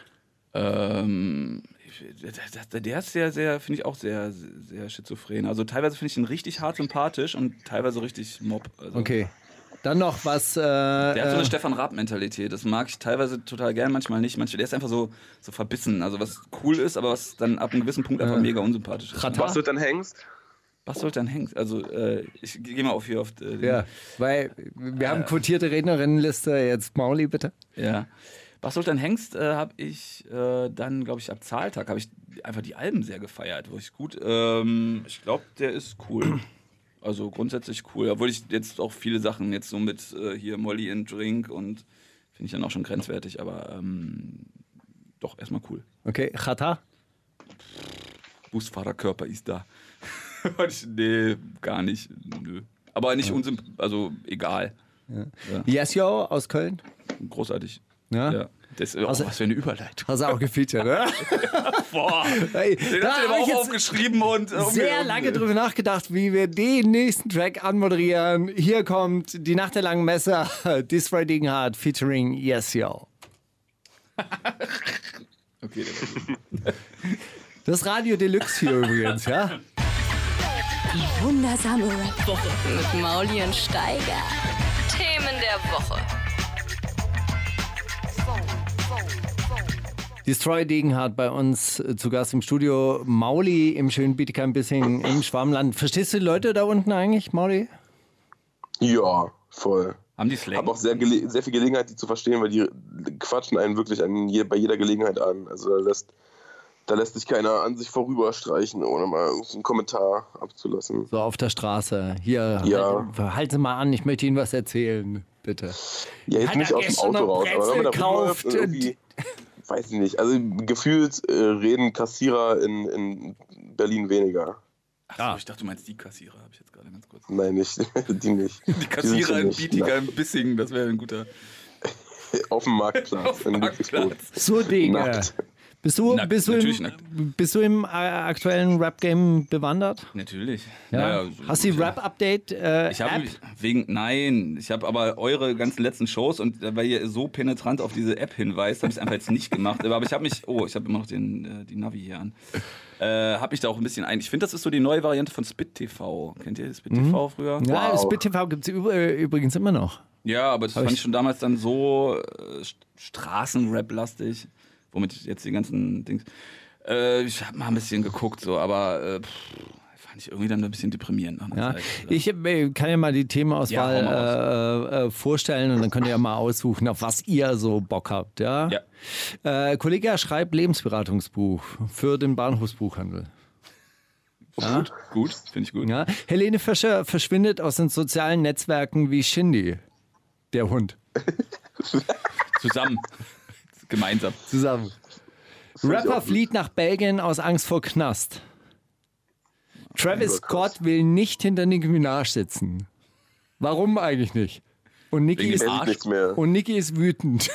Der ist sehr, finde ich auch sehr, sehr schizophren. Also teilweise finde ich ihn richtig hart sympathisch und teilweise richtig Mob. Also okay. Dann noch was. Der hat so eine Stefan Raab-Mentalität. Das mag ich teilweise total gern, manchmal nicht. Der ist einfach so verbissen. Also was cool ist, aber was dann ab einem gewissen Punkt einfach mega unsympathisch ist. Was wird dann Hengst? Also ich gehe mal auf weil wir haben quotierte Rednerinnenliste. Jetzt Mauli, bitte. Ja. Was soll dann Hengst, habe ich dann, glaube ich, ab Zahltag habe ich einfach die Alben sehr gefeiert. Wo ich gut, ich glaube, der ist cool. Also grundsätzlich cool. Obwohl ich jetzt auch viele Sachen jetzt so mit hier Molly and Drink und finde ich dann auch schon grenzwertig, aber doch erstmal cool. Okay, Chata? Busfahrerkörper ist da. Nee, gar nicht. Nö. Aber nicht also egal. Ja. Yes Yo aus Köln? Großartig. Ja. Das, was für eine Überleitung. Hast du auch gefeatured, ne? Boah, hey, den hast du auch aufgeschrieben und sehr lange drüber nachgedacht, wie wir den nächsten Track anmoderieren. Hier kommt die Nacht der langen Messer, This Riding Hard featuring Yes Yo. Okay. Das Radio Deluxe hier übrigens, ja? Die wundersame Rap-Woche mit Mauli und Steiger. Themen der Woche. Destroy Degenhardt bei uns zu Gast im Studio. Mauli im schönen Bietigheim-Bissingen im Schwarmland. Verstehst du die Leute da unten eigentlich, Mauli? Ja, voll. Haben die Slang? Ich habe auch sehr viel Gelegenheit, die zu verstehen, weil die quatschen einen wirklich bei jeder Gelegenheit an. Also da lässt sich keiner an sich vorüberstreichen, ohne mal einen Kommentar abzulassen. So auf der Straße. Hier, Ja. halten Sie mal an, ich möchte Ihnen was erzählen, bitte. Ja, jetzt nicht aus dem Auto raus, aber wenn man da gekauft. rumläuft, irgendwie, weiß ich nicht. Also gefühlt reden Kassierer in Berlin weniger. Achso, ich dachte, du meinst die Kassierer, habe ich jetzt gerade ganz kurz. Nein, nicht. Die nicht. Die Kassierer in nicht. Bietigheim-Bissingen, das wäre ein guter... Auf dem Marktplatz. Auf dem Marktplatz. So Dinge. Nackt. Bist du nackt. Bist du im aktuellen Rap-Game bewandert? Natürlich. Ja? Naja, Hast du die Rap-Update ich habe aber eure ganzen letzten Shows und weil ihr so penetrant auf diese App hinweist, habe ich es einfach jetzt nicht gemacht. Aber ich habe immer noch die Navi hier an. Habe mich da auch ein bisschen ich finde, das ist so die neue Variante von Spit TV. Kennt ihr Spit TV früher? Ja, Wow. Spit TV gibt es übrigens immer noch. Ja, aber das fand ich schon damals dann so Straßenrap-lastig, womit ich jetzt die ganzen Dings. Ich habe mal ein bisschen geguckt, so, aber fand ich irgendwie dann ein bisschen deprimierend nach einer Ja. Zeit. Ich kann ja mal die Themenauswahl vorstellen und dann könnt ihr ja mal aussuchen, auf was ihr so Bock habt. Ja? Kollege schreibt Lebensberatungsbuch für den Bahnhofsbuchhandel. Ja? Gut, finde ich gut. Ja? Helene Fischer verschwindet aus den sozialen Netzwerken wie Shindy, der Hund. Zusammen. Gemeinsam. Zusammen. Rapper flieht nach Belgien aus Angst vor Knast. Travis Scott will nicht hinter Nicki Minaj sitzen. Warum eigentlich nicht? Und Nicki Wegen ist, dem Arsch. Nichts mehr. und Nicki ist wütend.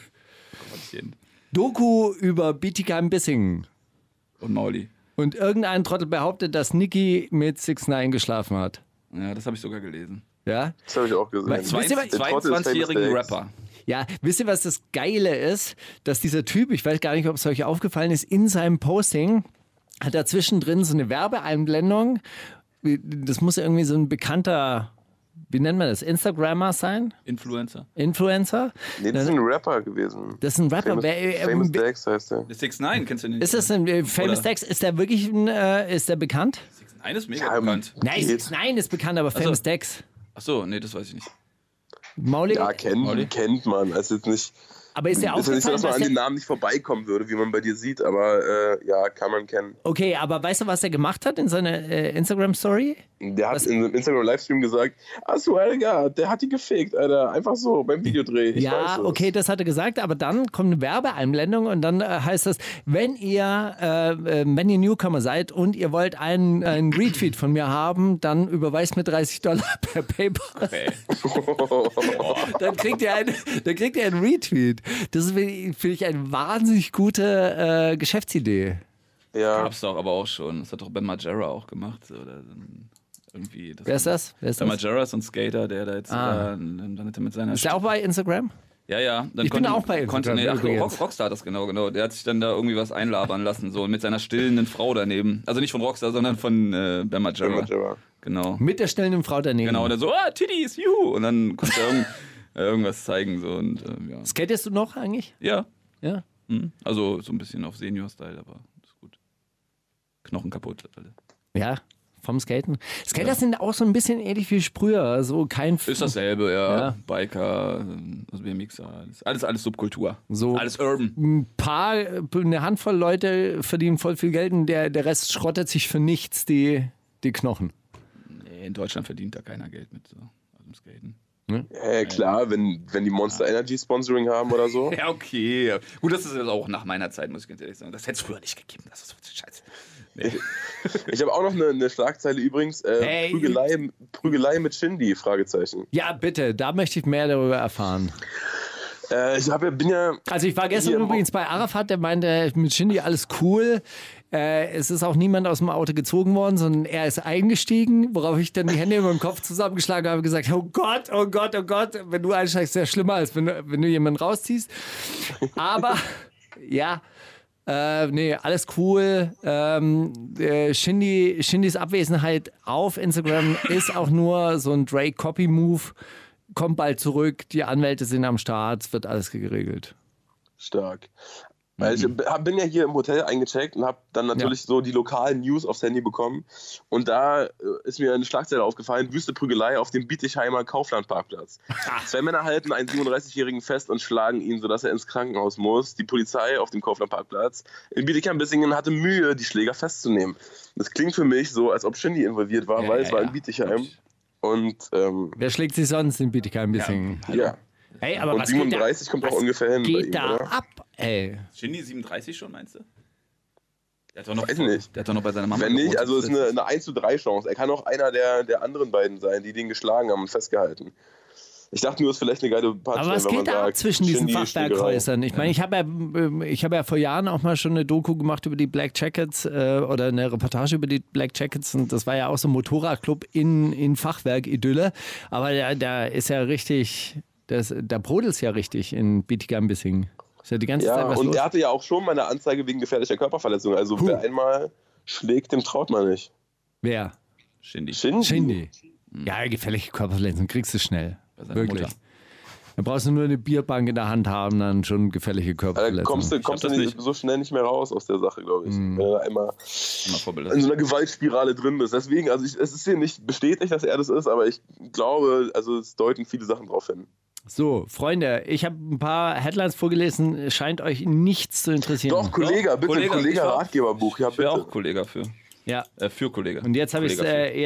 Doku über Bietigheim-Bissingen. Und Mauli. Und irgendein Trottel behauptet, dass Nicki mit 6ix9ine geschlafen hat. Ja, das habe ich sogar gelesen. Ja? Das habe ich auch gesehen. Wisst ihr, was- 22-jährigen Rapper. Ja, wisst ihr, was das Geile ist? Dass dieser Typ, ich weiß gar nicht, ob es euch aufgefallen ist, in seinem Posting hat er zwischendrin so eine Werbeeinblendung. Das muss irgendwie so ein bekannter, wie nennt man das, Instagrammer sein? Influencer. Influencer? Nee, das ist ein Rapper gewesen. Das ist ein Rapper. Famous Dex heißt der. Der 6ix9ine, kennst du den nicht? Ist das ein Famous Oder? Dex? Ist der wirklich ist der bekannt? 6ix9ine ist mega bekannt. Nein, 6ix9ine ist bekannt, aber Famous Dex. Achso, nee, das weiß ich nicht. Mauli? Ja, kennt man. Also jetzt nicht. Aber ist der Ist ja nicht so, aufgefallen, dass man dass an den der... Namen nicht vorbeikommen würde, wie man bei dir sieht, aber ja, kann man kennen. Okay, aber weißt du, was er gemacht hat in seiner Instagram-Story? Der hat in einem Instagram-Livestream gesagt, I swear to God, der hat die gefickt, Alter. Einfach so, beim Videodreh. Ich weiß Ja, es. okay, das hat er gesagt, aber dann kommt eine Werbeeinblendung und dann heißt das, wenn ihr Newcomer seid und ihr wollt einen Retweet von mir haben, dann überweist mir $30 per PayPal. Okay. Dann kriegt ihr einen Retweet. Das ist, finde ich, eine wahnsinnig gute Geschäftsidee. Ja. Gab's doch aber auch schon. Das hat doch Ben Margera auch gemacht. Oder irgendwie. Wer ist das? Ben Margera ist so ein Skater, der da jetzt dann hat er mit seiner Ist der auch bei Instagram? Ja. Dann Ich bin auch bei Instagram, übrigens. Rockstar hat das genau. Der hat sich dann da irgendwie was einlabern lassen, so mit seiner stillenden Frau daneben. Also nicht von Rockstar, sondern von Ben Margera. Genau. Mit der stillenden Frau daneben. Genau, und dann so, Titties, juhu! Und dann konnte er irgendwas zeigen. So, und, ja. Skatest du noch eigentlich? Ja. Ja. Also so ein bisschen auf Senior-Style, aber ist gut. Knochen kaputt. Alle. Ja, vom Skaten. Skater sind auch so ein bisschen ähnlich wie Sprüher. Also kein Ist dasselbe, ja. Ja. Biker, also BMXer, alles Subkultur. So. Alles Urban. eine Handvoll Leute verdienen voll viel Geld und der Rest schrottet sich für nichts die Knochen. Nee, in Deutschland verdient da keiner Geld mit so dem Skaten. Ja, klar, wenn die Monster Energy Sponsoring haben oder so. Ja, okay. Gut, das ist jetzt auch nach meiner Zeit, muss ich ganz ehrlich sagen. Das hätte es früher nicht gegeben. Das ist so scheiße. Nee. Ich habe auch noch eine Schlagzeile übrigens. Hey. Prügelei mit Shindy, Fragezeichen. Ja, bitte, da möchte ich mehr darüber erfahren. Bin ja... Also ich war gestern hier übrigens bei Arafat, der meinte, mit Shindy alles cool. Es ist auch niemand aus dem Auto gezogen worden, sondern er ist eingestiegen, worauf ich dann die Hände über den Kopf zusammengeschlagen habe und gesagt, oh Gott, wenn du einsteigst, ist ja schlimmer, als wenn du jemanden rausziehst. Aber ja, Nee, alles cool. Shindys Abwesenheit auf Instagram ist auch nur so ein Drake-Copy-Move. Kommt bald zurück, die Anwälte sind am Start, es wird alles geregelt. Stark. Weil ich bin ja hier im Hotel eingecheckt und habe dann natürlich so die lokalen News aufs Handy bekommen. Und da ist mir eine Schlagzeile aufgefallen: Wüste Prügelei auf dem Bietigheimer Kauflandparkplatz. 2 Männer halten einen 37-Jährigen fest und schlagen ihn, sodass er ins Krankenhaus muss. Die Polizei auf dem Kauflandparkplatz in Bietigheim-Bissingen hatte Mühe, die Schläger festzunehmen. Das klingt für mich so, als ob Shindy involviert war, weil es war in Bietigheim. Und, wer schlägt sich sonst in Bietigheim-Bissingen? Ja. Hey, aber und was 37 kommt auch ungefähr hin. Geht da oder? ab, ey? Shindy 37 schon, meinst du? Der hat doch Weiß nicht. Der hat doch noch bei seiner Mama Wenn nicht, gewohnt. also es ist eine 1:3 Chance. Er kann auch einer der anderen beiden sein, die den geschlagen haben und festgehalten. Ich dachte nur, es ist vielleicht eine geile Punchline, Aber was wenn man geht da ab sagt, zwischen diesen Shindy, Fachwerkhäusern? Ich meine, ich habe ja vor Jahren auch mal schon eine Doku gemacht über die Black Jackets oder eine Reportage über die Black Jackets, und das war ja auch so ein Motorradclub in Fachwerk-Idylle. Aber da ist ja richtig, da brodelt es ja richtig in Bietigheim-Bissingen. Ist ja die ganze Zeit was und los. er hatte ja auch schon mal eine Anzeige wegen gefährlicher Körperverletzung. Also wer einmal schlägt, dem traut man nicht. Wer? Shindy. Ja, gefährliche Körperverletzung kriegst du schnell. Wirklich. Mutter. Da brauchst du nur eine Bierbank in der Hand haben, dann schon gefährliche Körperverletzung. Da kommst du nicht so schnell nicht mehr raus aus der Sache, glaube ich. Wenn du einmal in so einer Gewaltspirale drin bist. Deswegen, also es ist hier nicht bestätigt, dass er das ist, aber ich glaube, also es deuten viele Sachen drauf hin. So, Freunde, ich habe ein paar Headlines vorgelesen, scheint euch nichts zu interessieren. Doch, Kollege, bitte, Kollege Ratgeberbuch. Ja, Ich wäre bitte. auch Kollege für. Ja. Für Kollege. Und jetzt habe ich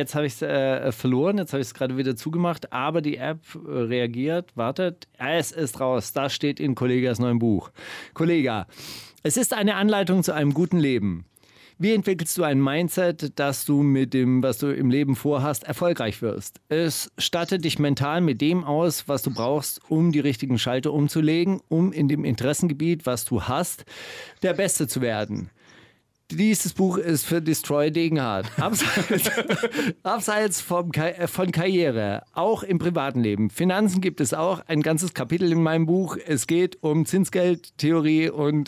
es verloren, jetzt habe ich es gerade wieder zugemacht, aber die App reagiert, wartet, es ist raus, das steht in Kollegas neuem Buch. Kollega, es ist eine Anleitung zu einem guten Leben. Wie entwickelst du ein Mindset, dass du mit dem, was du im Leben vorhast, erfolgreich wirst? Es stattet dich mental mit dem aus, was du brauchst, um die richtigen Schalter umzulegen, um in dem Interessengebiet, was du hast, der Beste zu werden. Dieses Buch ist für Destroy Degenhardt. Abseits von Karriere, auch im privaten Leben. Finanzen gibt es auch, ein ganzes Kapitel in meinem Buch. Es geht um Zinsgeldtheorie und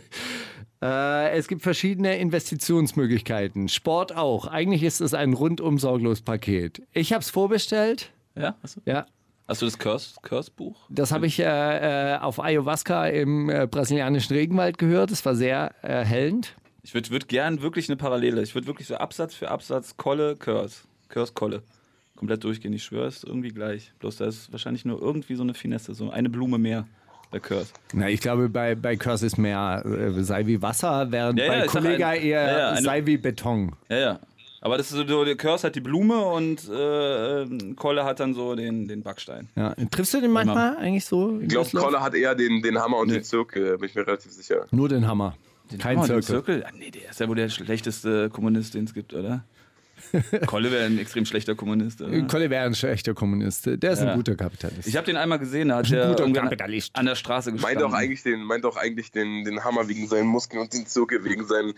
es gibt verschiedene Investitionsmöglichkeiten. Sport auch. Eigentlich ist es ein rundum sorglos Paket. Ich habe es vorbestellt. Ja? Hast du? Ja. Hast du das Curse-Buch? Das habe ich auf Ayahuasca im brasilianischen Regenwald gehört. Das war sehr erhellend. Ich würde gern wirklich eine Parallele. Ich würde wirklich so Absatz für Absatz Kolle, Curse. Curse, Kolle. Komplett durchgehen. Ich schwöre, es ist irgendwie gleich. Bloß da ist wahrscheinlich nur irgendwie so eine Finesse, so eine Blume mehr bei Curse. Na, ich glaube, bei Curse ist mehr sei wie Wasser, während bei Kollega eher sei wie Beton. Ja. Aber das ist so, der Curse hat die Blume und Kolle hat dann so den Backstein. Ja. Triffst du den manchmal eigentlich so? Ich glaube, Kolle hat eher den Hammer und den Zirkel, bin ich mir relativ sicher. Nur den Hammer. Kein Zirkel. Nee, der ist ja wohl der schlechteste Kommunist, den es gibt, oder? Kolle wäre ein extrem schlechter Kommunist, oder? Kolle wäre ein schlechter Kommunist. Der ist ein guter Kapitalist. Ich habe den einmal gesehen, da hat der Kapitalist an der Straße gestanden. Meint auch eigentlich den Hammer wegen seinen Muskeln und den Zirkel wegen seinen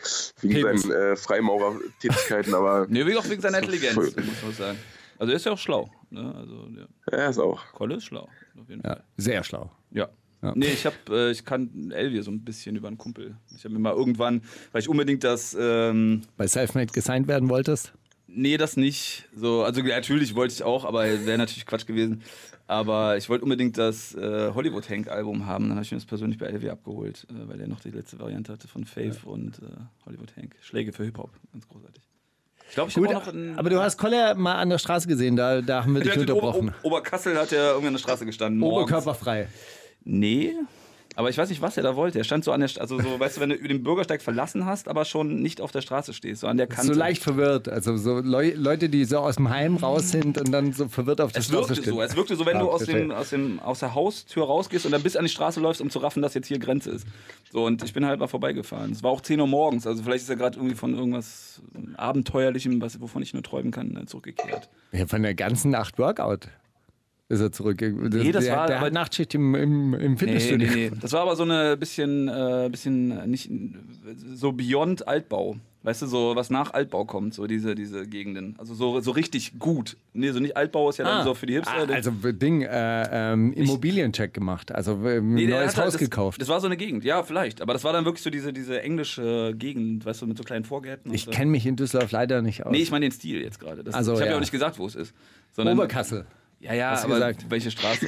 Freimaurertätigkeiten, aber... Nee, auch wegen seiner Intelligenz, muss man sagen. Also er ist ja auch schlau. Ne? Also, er ist auch. Kolle ist schlau, auf jeden Fall. Sehr schlau. Ja. Nee, ich kann Elvier so ein bisschen über einen Kumpel. Ich habe mir mal irgendwann, weil ich unbedingt das... bei Selfmade gesigned werden wolltest? Nee, das nicht. So, also natürlich wollte ich auch, aber wäre natürlich Quatsch gewesen. Aber ich wollte unbedingt das Hollywood-Hank-Album haben. Dann habe ich mir das persönlich bei Elvier abgeholt, weil der noch die letzte Variante hatte von Faith und Hollywood-Hank. Schläge für Hip-Hop, ganz großartig. Ich glaube, ich habe auch noch aber du hast Kolle mal an der Straße gesehen, da haben wir dich unterbrochen. Oberkassel hat ja irgendwie an der Straße gestanden. Oberkörperfrei. Nee, aber ich weiß nicht, was er da wollte. Er stand so an der also so, weißt du, wenn du den Bürgersteig verlassen hast, aber schon nicht auf der Straße stehst, so an der Kante. So leicht verwirrt, also so Leute, die so aus dem Heim raus sind und dann so verwirrt auf der Straße stehen. Es wirkte so, wenn du aus der Haustür rausgehst und dann bis an die Straße läufst, um zu raffen, dass jetzt hier Grenze ist. So, und ich bin halt mal vorbeigefahren. Es war auch 10 Uhr morgens, also vielleicht ist er gerade irgendwie von irgendwas Abenteuerlichem, wovon ich nur träumen kann, zurückgekehrt. Ja, von der ganzen Nacht Workout ist er zurück. Nee, das war der Nachtschicht im Fitnessstudio. Nee. Das war aber so eine bisschen nicht so beyond Altbau. Weißt du, so was nach Altbau kommt, so diese Gegenden. Also so richtig gut. Nee, so nicht Altbau ist ja dann so für die Hipster. Also Immobiliencheck gemacht, also neues Haus gekauft. Das war so eine Gegend, ja, vielleicht. Aber das war dann wirklich so diese englische Gegend, weißt du, mit so kleinen Vorgärten. Ich kenne mich in Düsseldorf leider nicht aus. Nee, ich meine den Stil jetzt gerade. Ich habe ja auch nicht gesagt, wo es ist. Oberkassel. Ja, aber gesagt? Welche Straße?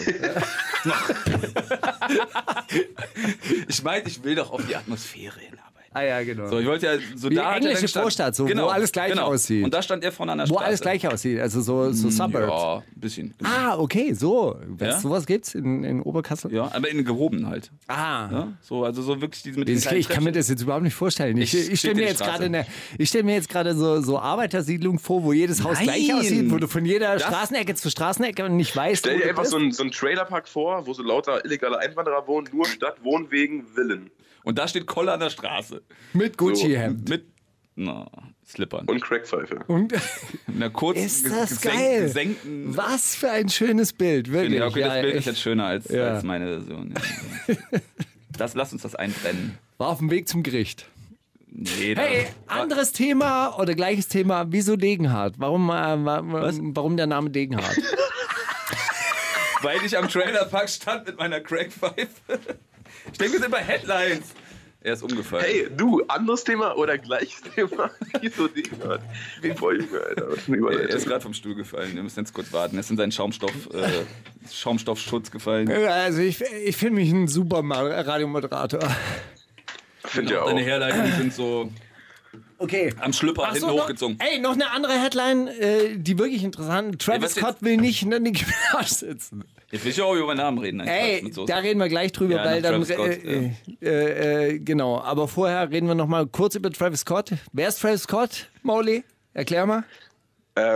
Ich meine, ich will doch auf die Atmosphäre hinarbeiten. Ah ja, genau. So, ich wollte ja so wie da englische Vorstadt, so, wo alles gleich aussieht. Und da stand er vorne an der Straße. Wo alles gleich aussieht, also so Suburbs. Ja, ein bisschen. Ah, okay, so. Sowas gibt's in Oberkassel? Ja, aber in gehoben halt. Ah. Ja, so, also so wirklich diese mit den Ich kann mir das jetzt überhaupt nicht vorstellen. Ich stelle mir jetzt gerade so Arbeitersiedlung vor, wo jedes Haus gleich aussieht, wo du von jeder Straßenecke zu Straßenecke nicht weißt, stell dir einfach so einen Trailerpark vor, wo so lauter illegale Einwanderer wohnen, nur statt Wohnwegen Villen. Und da steht Koller an der Straße. Mit Gucci-Hemd. Mit Slippern. Und Crackpfeife. Und na, kurz ist das geil. Gesenkten. Was für ein schönes Bild, wirklich. Okay, das Bild ist jetzt schöner als meine Version. Ja. Lass uns das einbrennen. War auf dem Weg zum Gericht. Nee, hey, anderes Thema oder gleiches Thema. Wieso Degenhardt? Warum der Name Degenhardt? Weil ich am Trailerpark stand mit meiner Crackpfeife. Ich denke, wir sind bei Headlines. Er ist umgefallen. Hey, du, anderes Thema oder gleiches Thema? Wieso Degenhardt? Wen wollte ich mir, Alter? Er ist gerade vom Stuhl gefallen. Wir müssen jetzt kurz warten. Er ist in seinen Schaumstoffschutz gefallen. Also ich finde mich ein super Radiomoderator. Finde ja auch. Deine Herleitungen sind so am Schlüpper hinten hochgezogen. Noch eine andere Headline, die wirklich interessant. Travis Scott will nicht in der Nicki Minaj sitzen. Jetzt will ich auch über meinen Namen reden. Da reden wir gleich drüber, weil dann genau. Aber vorher reden wir noch mal kurz über Travis Scott. Wer ist Travis Scott, Molly? Erklär mal. Der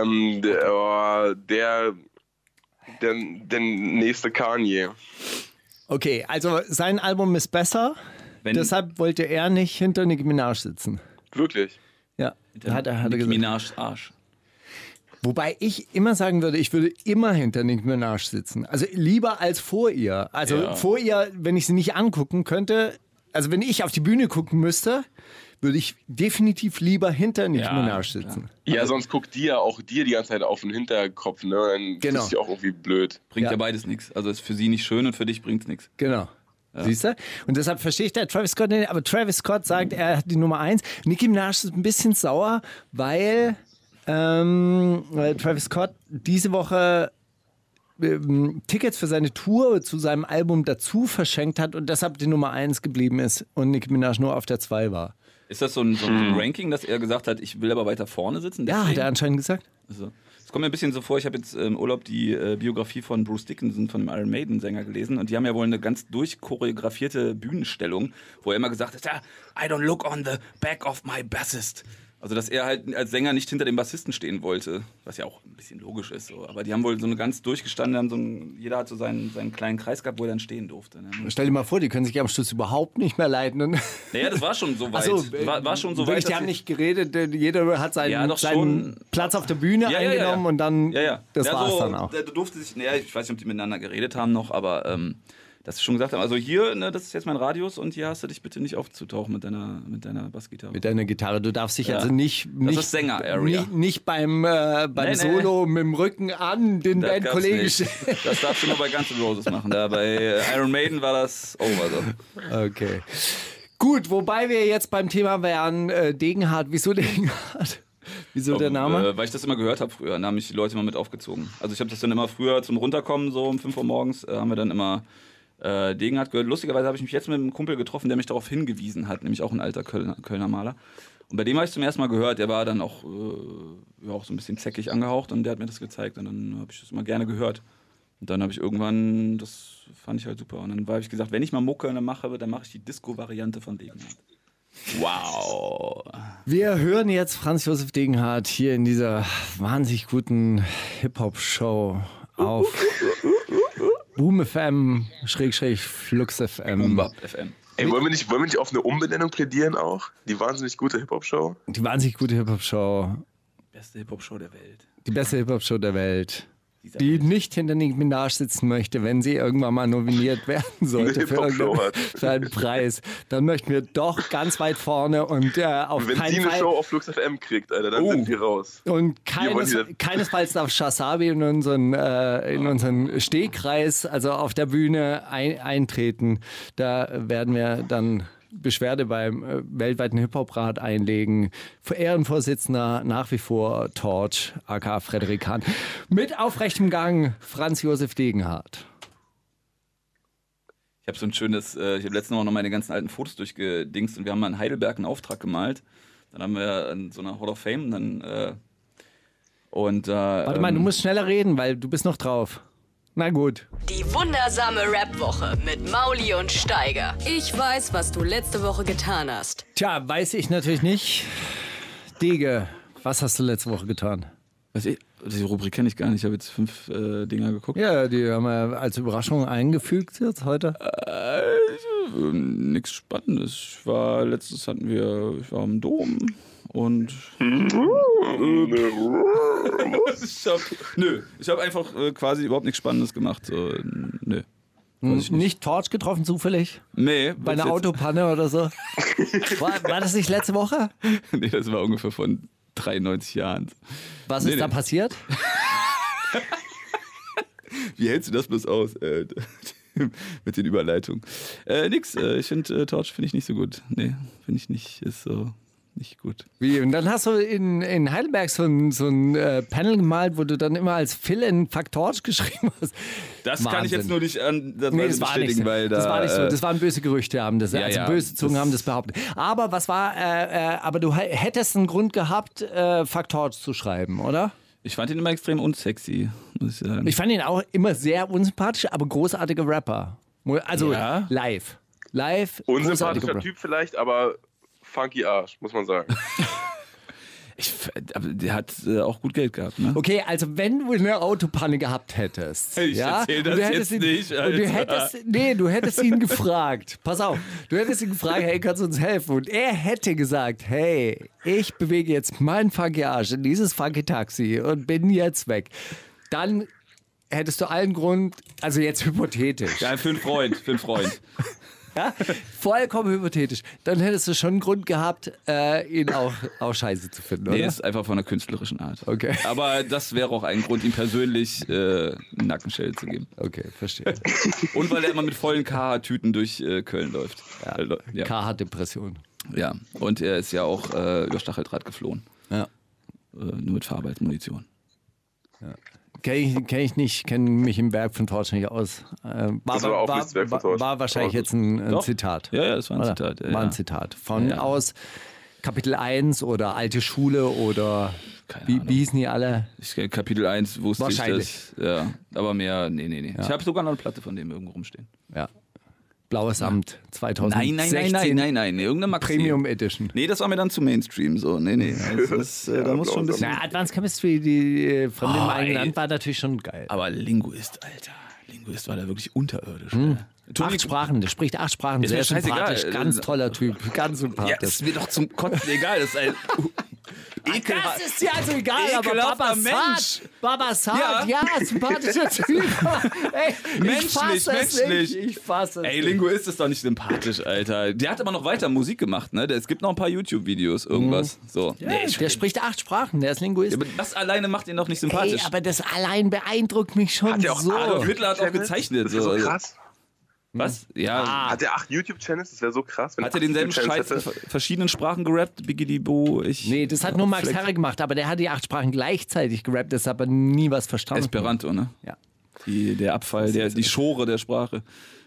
nächste Kanye. Okay, also sein Album ist besser. Deshalb wollte er nicht hinter Nicki Minaj sitzen. Wirklich? Ja, hat er gesagt. Nicki Minaj Arsch. Wobei ich immer sagen würde, ich würde immer hinter Nicki Minaj sitzen. Also lieber als vor ihr. Also vor ihr, wenn ich sie nicht angucken könnte, also wenn ich auf die Bühne gucken müsste, würde ich definitiv lieber hinter Nicki Minaj sitzen. Ja, sonst guckt die ja auch dir die ganze Zeit auf den Hinterkopf, ne? Dann ist ja auch irgendwie blöd. Bringt ja beides nichts. Also ist für sie nicht schön und für dich bringt es nichts. Genau. Ja. Siehst du? Und deshalb verstehe ich der Travis Scott nicht. Aber Travis Scott sagt, er hat die Nummer 1. Nicki Minaj ist ein bisschen sauer, weil Travis Scott diese Woche Tickets für seine Tour zu seinem Album dazu verschenkt hat und deshalb die Nummer 1 geblieben ist und Nicki Minaj nur auf der 2 war. Ist das so ein Ranking, dass er gesagt hat, ich will aber weiter vorne sitzen? Deswegen? Ja, hat er anscheinend gesagt. Also, es kommt mir ein bisschen so vor, ich habe jetzt im Urlaub die Biografie von Bruce Dickinson, von dem Iron Maiden-Sänger, gelesen und die haben ja wohl eine ganz durchchoreografierte Bühnenstellung, wo er immer gesagt hat, ja, I don't look on the back of my bassist. Also, dass er halt als Sänger nicht hinter dem Bassisten stehen wollte, was ja auch ein bisschen logisch ist. So. Aber die haben wohl so eine ganz durchgestanden, jeder hat so seinen kleinen Kreis gehabt, wo er dann stehen durfte. Ne? Stell dir mal vor, die können sich am Schluss überhaupt nicht mehr leiten. Naja, das war schon so weit. War schon so weit. Die haben nicht geredet, jeder hat seinen Platz auf der Bühne eingenommen und dann, das war es dann auch. Du durfte sich, ich weiß nicht, ob die miteinander geredet haben noch, aber dass sie schon gesagt haben, also hier, ne, das ist jetzt mein Radius und hier hast du dich bitte nicht aufzutauchen mit deiner Bassgitarre. Mit deiner Gitarre. Du darfst dich also nicht das ist Sänger-Area. Nicht beim Solo mit dem Rücken an den Bandkollegen. Das darfst du nur bei Guns N' Roses machen. Da bei Iron Maiden war das over. So. Okay. Gut, wobei wir jetzt beim Thema wären, Degenhardt. Wieso Degenhardt? Wieso der Name? Weil ich das immer gehört habe früher. Da haben mich die Leute immer mit aufgezogen. Also ich habe das dann immer früher zum Runterkommen, so um 5 Uhr morgens, haben wir dann immer Degenhardt gehört. Lustigerweise habe ich mich jetzt mit einem Kumpel getroffen, der mich darauf hingewiesen hat, nämlich auch ein alter Kölner Maler. Und bei dem habe ich zum ersten Mal gehört, der war dann auch so ein bisschen zäckig angehaucht und der hat mir das gezeigt und dann habe ich das immer gerne gehört. Und dann habe ich irgendwann, das fand ich halt super. Und dann habe ich gesagt, wenn ich mal Mucke mache, dann mache ich die Disco-Variante von Degenhardt. Wow. Wir hören jetzt Franz Josef Degenhardt hier in dieser wahnsinnig guten Hip-Hop-Show auf Boom FM /Flux FM. Boom FM. Ey, wollen wir nicht auf eine Umbenennung plädieren auch? Die wahnsinnig gute Hip-Hop-Show? Die wahnsinnig gute Hip-Hop-Show. Beste Hip-Hop-Show der Welt. Die beste Hip-Hop-Show der Welt. die nicht hinter Nicki Minaj sitzen möchte, wenn sie irgendwann mal nominiert werden sollte für einen Preis, dann möchten wir doch ganz weit vorne und auf wenn keinen sie eine Fall... Show auf Flux FM kriegt, Alter, dann sind wir raus. Und keinesfalls darf Shasabi in unseren Stehkreis, also auf der Bühne eintreten. Da werden wir dann Beschwerde beim weltweiten Hip-Hop-Rat einlegen. Ehrenvorsitzender nach wie vor Torch, aka Frederik Hahn. Mit aufrechtem Gang Franz Josef Degenhardt. Ich habe so ein schönes, ich habe letztens noch meine ganzen alten Fotos durchgedingst und wir haben mal in Heidelberg einen Auftrag gemalt. Dann haben wir in so einer Hall of Fame Warte mal, du musst schneller reden, weil du bist noch drauf. Na gut. Die wundersame Rap-Woche mit Mauli und Steiger. Ich weiß, was du letzte Woche getan hast. Tja, weiß ich natürlich nicht. Dege, was hast du letzte Woche getan? Die Rubrik kenne ich gar nicht. Ich habe jetzt 5 Dinger geguckt. Ja, die haben wir als Überraschung eingefügt jetzt heute. Nichts Spannendes. Ich war am Dom und ich habe einfach quasi überhaupt nichts Spannendes gemacht. So, nö. Nicht Torch getroffen zufällig? Nee. Bei einer Autopanne oder so? War das nicht letzte Woche? Nee, das war ungefähr von 93 Jahren. Was ist da passiert? Wie hältst du das bloß aus? Mit den Überleitungen. Nix. Ich finde Torch finde ich nicht so gut. Nee, finde ich nicht. Ist so nicht gut. Wie? Und dann hast du in Heidelberg so ein Panel gemalt, wo du dann immer als Phil in Fuck Torch geschrieben hast. Das Wahnsinn. Kann ich jetzt nur nicht das war nicht so. weil das war nicht so. Das waren böse Gerüchte, böse Zungen haben das behauptet. Aber aber du hättest einen Grund gehabt, Fuck Torch zu schreiben, oder? Ich fand ihn immer extrem unsexy, muss ich sagen. Ich fand ihn auch immer sehr unsympathisch, aber großartiger Rapper. Also live. Unsympathischer Typ vielleicht, aber funky Arsch, muss man sagen. Aber der hat auch gut Geld gehabt, ne? Okay, also wenn du eine Autopanne gehabt hättest. Ich erzähl das jetzt nicht, Alter. Du hättest ihn gefragt. Pass auf, du hättest ihn gefragt, hey, kannst du uns helfen? Und er hätte gesagt, hey, ich bewege jetzt meinen funky Arsch in dieses funky Taxi und bin jetzt weg. Dann hättest du allen Grund, also jetzt hypothetisch. Ja, für einen Freund. Ja, vollkommen hypothetisch. Dann hättest du schon einen Grund gehabt, ihn auch scheiße zu finden, oder? Nee, ist einfach von der künstlerischen Art. Okay. Aber das wäre auch ein Grund, ihm persönlich eine Nackenschelle zu geben. Okay, verstehe. Und weil er immer mit vollen KH-Tüten durch Köln läuft. Ja. KH-Depression. Ja, und er ist ja auch über Stacheldraht geflohen. Ja. Nur mit Farbe als Munition. Ja. Kenn ich nicht, kenne mich im Werk von Torch nicht aus. War wahrscheinlich jetzt ein Zitat. Ja, das war ein Zitat. War ein Zitat. Von aus Kapitel 1 oder Alte Schule oder wie hießen die alle? Kapitel 1 wusste wahrscheinlich. Ich das. Ja, aber mehr, nee. Ja. Ich habe sogar noch eine Platte von dem irgendwo rumstehen. Ja. Blaues Amt 2016. Nein. Irgendeine Maxi. Premium Edition. Nee, das war mir dann zu Mainstream. So. Nee. Da muss schon ein bisschen. Na, Advanced Chemistry, die von dem eigenen Land war natürlich schon geil. Aber Linguist, Alter. Linguist war da wirklich unterirdisch. 8 Sprachen, der spricht 8 Sprachen. Ist sehr mir scheißegal. Sympathisch, ganz toller Typ, ganz sympathisch. Ja, ist mir doch zum Kotzen egal. Das ist ein das ist ja also egal, aber Baba Saad, ja, sympathischer Typ. Ey, menschlich. Ich fasse es nicht. Ey, Linguist ist doch nicht sympathisch, Alter. Der hat aber noch weiter Musik gemacht, ne? Es gibt noch ein paar YouTube-Videos, irgendwas. So. Ja, der spricht 8 Sprachen, der ist Linguist. Ja, aber das alleine macht ihn doch nicht sympathisch. Ey, aber das allein beeinruckt mich schon so. Adolf Hitler hat auch gezeichnet. Das ist so krass. Was? Ja. Hat er 8 YouTube-Channels? Das wäre so krass. Hat er denselben Scheiß in verschiedenen Sprachen gerappt? Biggity Bo, Nee, das hat nur Max Herre gemacht, aber der hat die 8 Sprachen gleichzeitig gerappt, das hat aber nie was verstanden. Esperanto, ne? Ja. Der Abfall, die Schore der Sprache.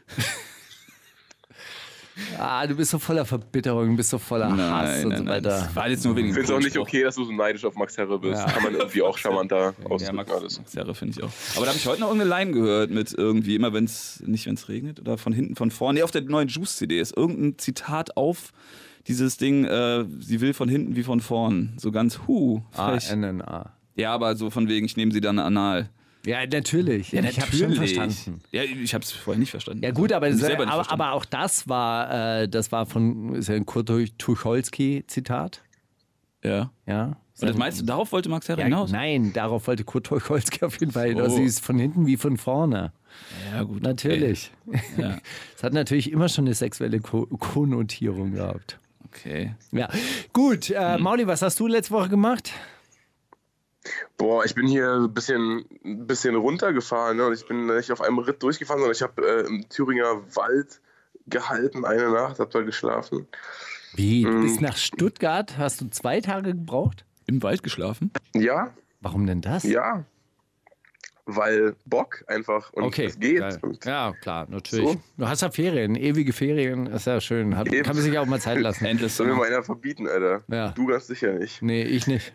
Du bist so voller Verbitterung, du bist so voller Hass und so weiter. Das war jetzt nur wegen ich finde es auch nicht okay, dass du so neidisch auf Max Herre bist. Kann man irgendwie auch charmanter ausdrücken. Ja, Max Herre finde ich auch. Aber da habe ich heute noch irgendeine Line gehört mit irgendwie, immer wenn es regnet oder von hinten, von vorne. Nee, auf der neuen Juice-CD ist irgendein Zitat auf dieses Ding, sie will von hinten wie von vorn. So ganz, frech. A-N-N-A. Ja, aber so von wegen, ich nehme sie dann anal. Ja, natürlich. Ja, ich habe schon verstanden. Ja, ich habe es vorher nicht verstanden. Ja gut, aber auch das war von ist ja ein Kurt Tucholsky Zitat. Ja. Ja. Das meinst du, darauf wollte Max Herre hinaus? Nein, darauf wollte Kurt Tucholsky auf jeden Fall hinaus. Sie ist von hinten wie von vorne. Ja, gut. Natürlich. Okay. Ja. Es hat natürlich immer schon eine sexuelle Konnotierung gehabt. Okay. Ja, gut. Mauli, was hast du letzte Woche gemacht? Boah, ich bin hier ein bisschen runtergefahren. Ne? Und ich bin nicht auf einem Ritt durchgefahren, sondern ich habe im Thüringer Wald gehalten, eine Nacht, habe da geschlafen. Wie? Du bist nach Stuttgart? Hast du 2 Tage gebraucht? Im Wald geschlafen? Ja. Warum denn das? Ja. Weil Bock einfach und es geht. Und ja, klar, natürlich. So. Du hast ja Ferien, ewige Ferien, ist ja schön. Kann man sich auch mal Zeit lassen. Endlich. Soll mir mal einer verbieten, Alter. Ja. Du ganz sicher nicht. Nee, ich nicht.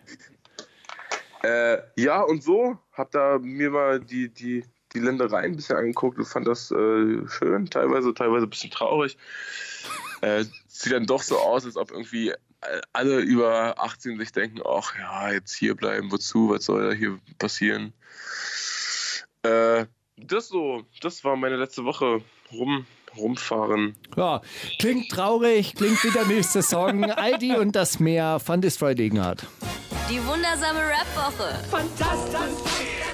Ja, und so, hab da mir mal die Ländereien ein bisschen angeguckt und fand das schön, teilweise ein bisschen traurig. Sieht dann doch so aus, als ob irgendwie alle über 18 sich denken, ach ja, jetzt hier bleiben, wozu, was soll da hier passieren? Das war meine letzte Woche rumfahren. Ja, klingt traurig, klingt wie der nächste Song. Aldi und das Meer von Destroy Degenhardt. Die wundersame Rap-Woche. Fantastisch.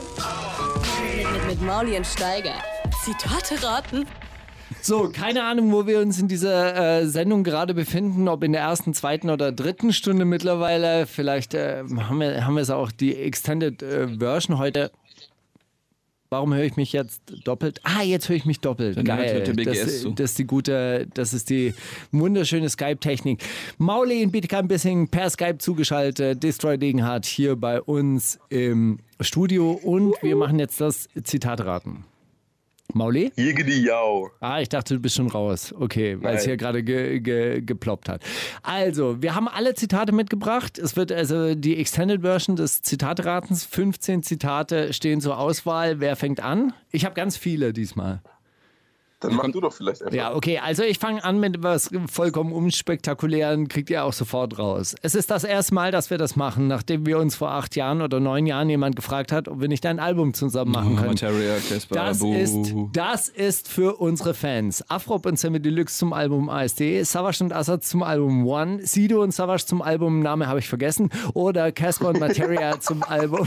Mit Mauli und Steiger. Zitate raten. So, keine Ahnung, wo wir uns in dieser Sendung gerade befinden, ob in der ersten, zweiten oder dritten Stunde mittlerweile. Vielleicht haben wir es auch die Extended Version heute. Warum höre ich mich jetzt doppelt? Jetzt höre ich mich doppelt. Dann geil. Das ist die wunderschöne Skype-Technik. Mauli in Bietigheim-Bissingen per Skype zugeschaltet. Destroy Degenhardt hier bei uns im Studio. Und wir machen jetzt das Zitatraten. Mauli? Jiggedi-Jau. Ich dachte, du bist schon raus. Okay, weil es hier gerade geploppt hat. Also, wir haben alle Zitate mitgebracht. Es wird also die Extended Version des Zitateratens. 15 Zitate stehen zur Auswahl. Wer fängt an? Ich habe ganz viele diesmal. Dann mach du doch vielleicht einfach. Ja, okay. Also ich fange an mit was vollkommen unspektakulären, kriegt ihr auch sofort raus. Es ist das erste Mal, dass wir das machen, nachdem wir uns vor 8 Jahren oder 9 Jahren jemand gefragt hat, ob wir nicht ein Album zusammen machen können. Materia, Casper, das ist für unsere Fans. Afrop und Sammy Deluxe zum Album ASD, Savage und Assad zum Album One, Sido und Savage zum Album Name habe ich vergessen oder Casper und Materia zum Album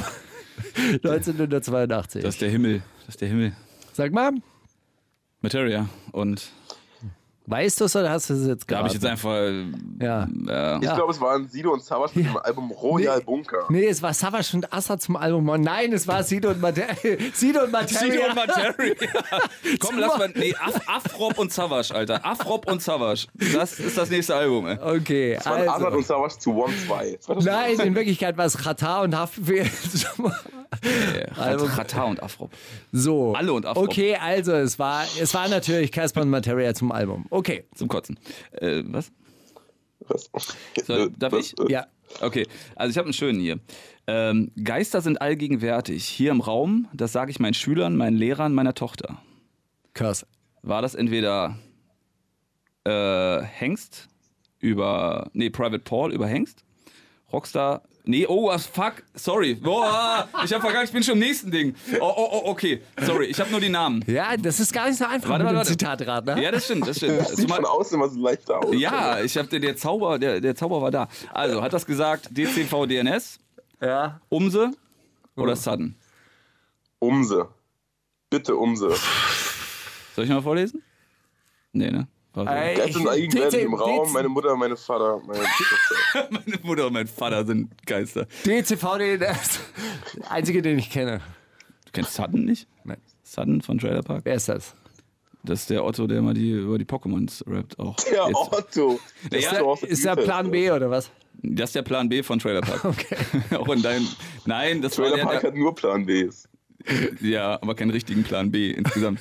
1982. Das ist der Himmel. Sag mal. Materia und... Weißt du es oder hast du es jetzt gerade? Da habe ich jetzt einfach... Ja. Ich glaube, es waren Sido und Savage mit dem Album Royal Bunker. Nee, es war Savage und Assad zum Album. Nein, es war Sido und Materia. Komm, lass mal... Nee, Afrop und Savage, Alter. Afrop und Savage. Das ist das nächste Album, ey. Okay, es waren Assad und Savage zu One 2. Nein, in Wirklichkeit war es Xatar und Haftbefehl. Xatar und Afrop. So. Alle und Afrop. Okay, also es war natürlich Casper und Materia zum Album. Okay. Zum Kotzen. Was? Was? Darf ich? Ja. Okay, also ich habe einen schönen hier. Geister sind allgegenwärtig. Hier im Raum, das sage ich meinen Schülern, meinen Lehrern, meiner Tochter. Krass. War das entweder Hengst Private Paul über Hengst, Rockstar... Nee, fuck, sorry. Ich hab vergessen, ich bin schon im nächsten Ding. Okay, sorry, ich habe nur die Namen. Ja, das ist gar nicht so einfach mit dem Zitatrad, ne? Ja, das stimmt. Das sieht von außen immer so leicht aus. Ja, ich habe der Zauber war da. Also, hat das gesagt DCV DNS? Ja. Umse oder Sudden? Umse. Bitte Umse. Soll ich mal vorlesen? Nee, ne? Geister sind allgegenwärtig im Raum, meine Mutter, meine Vater, meine Mutter und mein Vater sind Geister. DCV, der einzige, den ich kenne. Du kennst Sudden nicht? Nein. Sudden von Trailer Park? Wer ist das? Das ist der Otto, der mal über die Pokémons rappt auch. Der jetzt. Otto. Ist der Plan B oder was? Das ist der Plan B von Trailer Park. Okay. Auch in deinem... Nein, das Trailer Park hat nur Plan Bs. Ja, aber keinen richtigen Plan B insgesamt.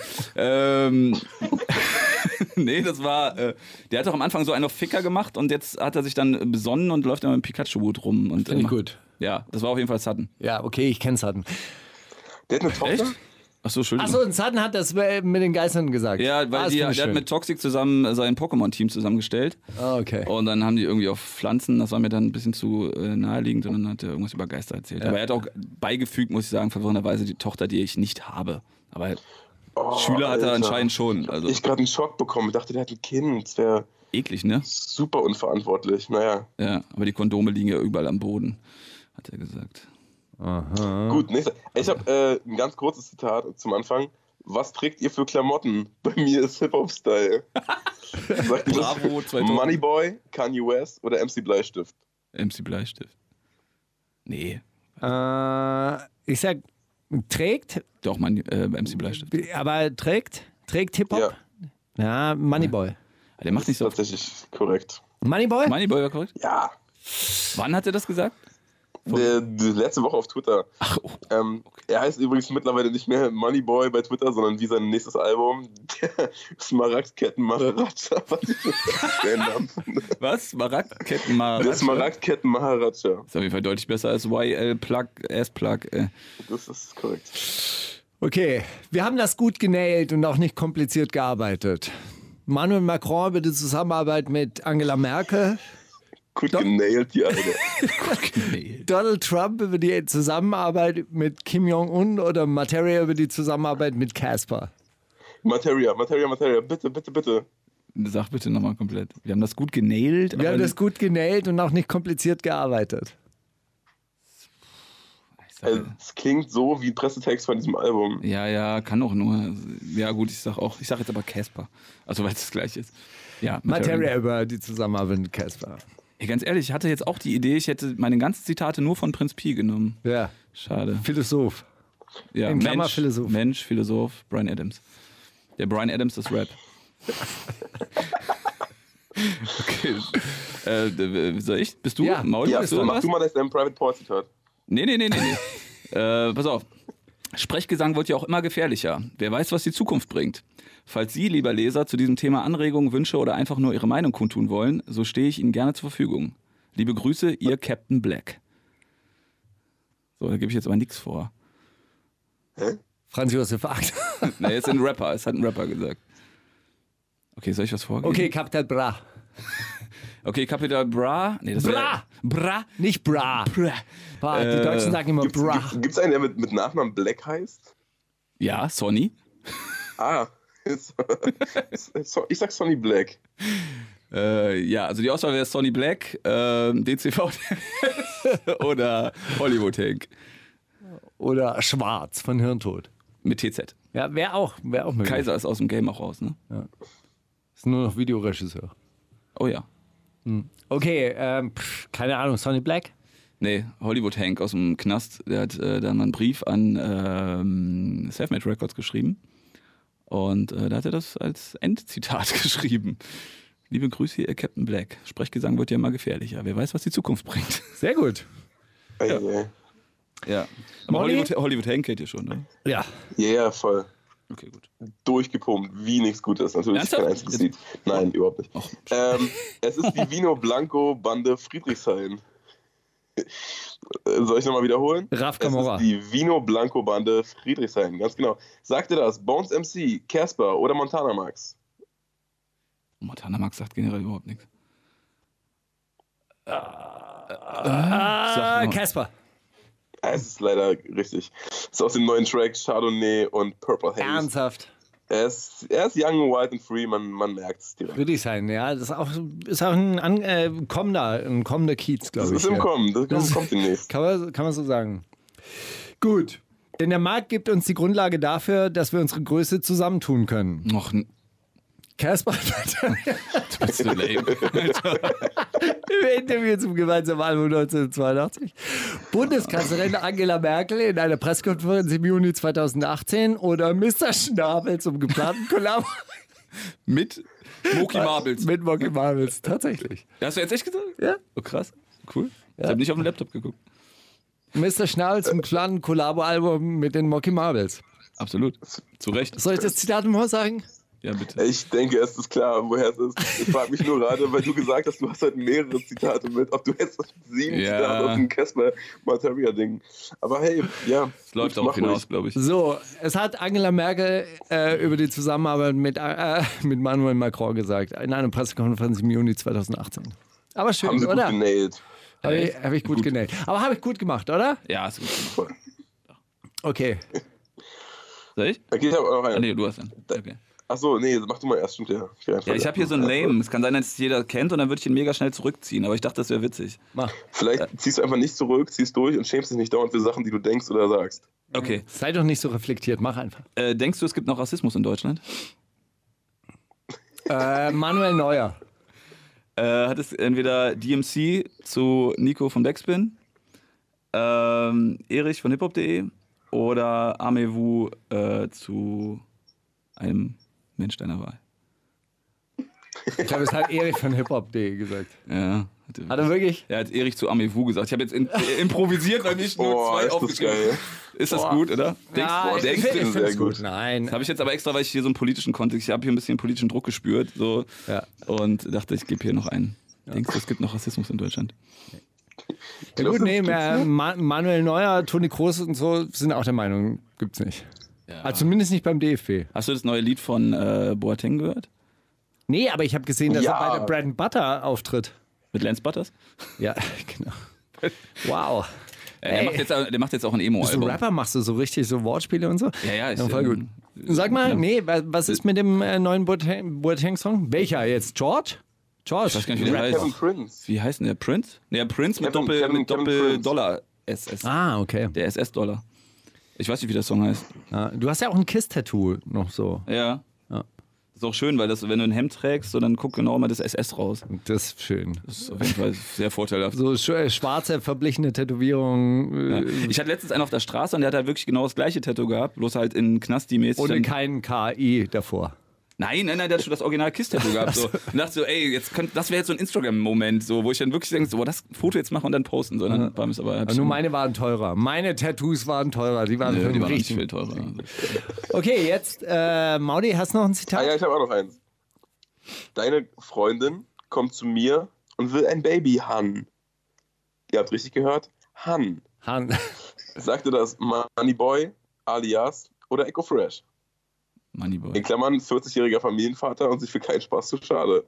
Nee, das war, der hat doch am Anfang so einen auf Ficker gemacht und jetzt hat er sich dann besonnen und läuft immer mit dem Pikachu-Hut rum. Finde ich gut. Ja, das war auf jeden Fall Sudden. Ja, okay, ich kenne Sudden. Der hat eine Tochter? Echt? Achso, Entschuldigung. Achso, und Sudden hat das mit den Geistern gesagt. Ja, weil der hat mit Toxic zusammen sein Pokémon-Team zusammengestellt. Ah, okay. Und dann haben die irgendwie auf Pflanzen, das war mir dann ein bisschen zu naheliegend und dann hat er irgendwas über Geister erzählt. Ja. Aber er hat auch beigefügt, muss ich sagen, verwirrenderweise die Tochter, die ich nicht habe. Aber Schüler hat er anscheinend schon. Also. Ich gerade einen Schock bekommen. Ich dachte, der hat ein Kind. Das wäre eklig, ne? Super unverantwortlich. Naja. Ja, aber die Kondome liegen ja überall am Boden. hat er gesagt. Aha. Gut, nächster. Ich habe ein ganz kurzes Zitat zum Anfang. Was trägt ihr für Klamotten? Bei mir ist Hip-Hop-Style. Sagt ihr Bravo, das? Moneyboy, Kanye West oder MC Bleistift? MC Bleistift. Nee. Ich sag, trägt. Doch, MC Bleistift. Aber trägt Hip-Hop? Ja, Moneyboy. Der macht nicht so. Tatsächlich korrekt. Moneyboy? Moneyboy war korrekt? Ja. Wann hat er das gesagt? Die letzte Woche auf Twitter. Ach, okay. Er heißt übrigens mittlerweile nicht mehr Moneyboy bei Twitter, sondern wie sein nächstes Album, der Smaragdketten Maharaja. Was? Smaragdketten Maharaja? Der Smaragdketten Maharaja. Das ist auf jeden Fall deutlich besser als YL Plug, S-Plug. Das ist korrekt. Okay, wir haben das gut genailt und auch nicht kompliziert gearbeitet. Emmanuel Macron über die Zusammenarbeit mit Angela Merkel. Gut genailt, die Alter. Donald Trump über die Zusammenarbeit mit Kim Jong-un oder Materia über die Zusammenarbeit mit Casper? Materia, bitte. Sag bitte nochmal komplett. Wir haben das gut genailt. Wir haben das gut genailt und auch nicht kompliziert gearbeitet. Es klingt so wie Pressetext von diesem Album. Ja, kann auch nur. Ja gut, ich sag jetzt aber Casper. Also weil es das gleiche ist. Ja, Materia über die Zusammenarbeit mit Casper. Ja, ganz ehrlich, ich hatte jetzt auch die Idee, ich hätte meine ganzen Zitate nur von Prinz Pi genommen. Ja. Schade. Philosoph. Ja, in Klammer Philosoph. Mensch, Philosoph, Bryan Adams. Der Bryan Adams des Rap. Okay. Soll ich? Bist du? Ja. Mauli, Ja, bist du mach du mal das dein Private Paul Zitat. Nee. Pass auf. Sprechgesang wird ja auch immer gefährlicher. Wer weiß, was die Zukunft bringt. Falls Sie, lieber Leser, zu diesem Thema Anregungen, Wünsche oder einfach nur Ihre Meinung kundtun wollen, so stehe ich Ihnen gerne zur Verfügung. Liebe Grüße, Ihr Captain Black. So, da gebe ich jetzt aber nichts vor. Hä? Franz Josef Acht. Na, jetzt ein Rapper. Es hat ein Rapper gesagt. Okay, soll ich was vorgeben? Okay, Capital Bra. Okay, Capital Bra. Nee, das Bra! Bra. Nicht Bra. Bra. Die Deutschen sagen immer Bra. Gibt's einen, der mit Nachnamen Black heißt? Ja, Sonny. Ah, ich sag Sonny Black. Ja, also die Auswahl wäre Sonny Black, DCV oder Hollywood Hank. Oder Schwarz von Hirntod. Mit TZ. Ja, wäre auch möglich. Kaiser ist aus dem Game auch raus, ne? Ja. Ist nur noch Videoregisseur. Oh ja. Okay, keine Ahnung, Sonny Black? Nee, Hollywood Hank aus dem Knast, der hat dann mal einen Brief an Selfmade Records geschrieben. Und da hat er das als Endzitat geschrieben. Liebe Grüße, Ihr Captain Black. Sprechgesang wird ja immer gefährlicher. Wer weiß, was die Zukunft bringt. Sehr gut. Ja. Ja. Aber Molly? Hollywood Hank kennt ihr schon, ne? Ja. Ja, voll. Okay, gut. Durchgepumpt, wie nichts Gutes. Natürlich Ernsthaft? kein einziges Lied. Nein, überhaupt nicht. Och. Es ist die Vino Blanco Bande Friedrichshain. Soll ich nochmal wiederholen? Raf Es Camorra. ist die Vino Blanco Bande Friedrichshain, ganz genau. Sagt ihr das? Bones MC, Casper oder Montana Max? Montana Max sagt generell überhaupt nichts. Casper. Es ist leider richtig. Es ist aus dem neuen Track Chardonnay und Purple Haze. Ernsthaft. Er ist young, wild and free, man merkt es direkt. Würde ich sein, ja. Das ist auch ein kommender Kiez, glaube ich. Das ist im Kommen, das kommt demnächst. Kann man so sagen. Gut. Denn der Markt gibt uns die Grundlage dafür, dass wir unsere Größe zusammentun können. Noch Casper du bist so lame. im Interview zum gemeinsamen Album 1982. Bundeskanzlerin Angela Merkel in einer Pressekonferenz im Juni 2018 oder Mr. Schnabel zum geplanten Kollabo Mit Moki Marbles. mit Mocky Marbles. Tatsächlich. Hast du jetzt echt gesagt? Ja. Oh, krass. Cool. Ich habe nicht auf den Laptop geguckt. Mr. Schnabel zum geplanten Kollabo-Album mit den Mocky Marbles. Absolut. Zu Recht. Soll ich das Zitat mal sagen? Ja, bitte. Ich denke, es ist klar, woher es ist. Ich frage mich nur gerade, weil du gesagt hast, du hast halt mehrere Zitate mit, ob du jetzt 7 Zitate aus dem Casper-Materia-Ding. Aber hey, ja. Es läuft darauf hinaus, glaube ich. So, es hat Angela Merkel über die Zusammenarbeit mit Emmanuel Macron gesagt, in einer Pressekonferenz im Juni 2018. Aber schön, Haben sie oder? gut genäht. Habe ich gut genäht. Aber habe ich gut gemacht, oder? Ja, ist gut. Okay. Soll ich? Okay, ich habe auch einen. Nee, du hast einen. Okay. Achso, nee, mach du mal erst, stimmt ja. Ich habe hier so einen Lame. Es kann sein, dass es jeder kennt und dann würde ich ihn mega schnell zurückziehen. Aber ich dachte, das wäre witzig. Vielleicht ziehst du einfach nicht zurück, ziehst durch und schämst dich nicht dauernd für Sachen, die du denkst oder sagst. Okay. Sei doch nicht so reflektiert, mach einfach. Denkst du, es gibt noch Rassismus in Deutschland? Manuel Neuer. Hat es entweder DMC zu Nico von Backspin, Erich von hiphop.de oder Amewu zu einem Mensch deiner Wahl? Ich glaube, es hat Erich von hiphop.de gesagt. Ja. Hat er wirklich? Er hat Erich zu Amewu gesagt. Ich habe jetzt improvisiert, weil nicht nur zwei aufgeschrieben. Ist das gut, oder? Denkst du? Sehr gut. Nein. Das habe ich jetzt aber extra, weil ich hier so einen politischen Kontext, ich habe hier ein bisschen politischen Druck gespürt so, und dachte, ich gebe hier noch einen. Denkst du, es gibt noch Rassismus in Deutschland? Ja gut, nee, Manuel Neuer, Toni Kroos und so sind auch der Meinung, gibt's nicht. Ja. Also zumindest nicht beim DFB. Hast du das neue Lied von Boateng gehört? Nee, aber ich habe gesehen, dass er bei der Bread & Butter auftritt. Mit Lance Butters? Ja, genau. Wow. Der macht jetzt auch ein Emo-Album. Bist du Rapper? Machst du so richtig so Wortspiele und so? Ja, ist voll gut. Sag mal, was ist mit dem neuen Boateng-Song? Welcher jetzt? George? Ich weiß gar nicht, wie der heißt. Prince. Wie heißt denn der? Prince? Ja, Prince mit Doppel-Dollar SS. Ah, okay. Der SS-Dollar. Ich weiß nicht, wie der Song heißt. Ja, du hast ja auch ein Kiss-Tattoo noch so. Ja. Ist auch schön, weil wenn du ein Hemd trägst, so, dann guckt genau immer das SS raus. Das ist schön. Das ist auf jeden Fall sehr vorteilhaft. So schwarze, verblichene Tätowierungen. Ja. Ich hatte letztens einen auf der Straße und der hat halt wirklich genau das gleiche Tattoo gehabt, bloß halt in Knasti-mäßig. Ohne keinen KI davor. Nein, der hat schon das original Kiss-Tattoo gehabt. So. Und dachte so, ey, das wäre jetzt so ein Instagram-Moment, so, wo ich dann wirklich denke, so, das Foto jetzt machen und dann posten. So, dann war es aber nur meine waren teurer. Meine Tattoos waren teurer. Die waren nicht viel teurer. Okay, jetzt, Maudi, hast du noch ein Zitat? Ja, ich habe auch noch eins. Deine Freundin kommt zu mir und will ein Baby Han. Ihr habt richtig gehört? Han. Sagte das Moneyboy, alias oder Echo Fresh? Moneyboy. In Klammern 40-jähriger Familienvater und sich für keinen Spaß zu schade.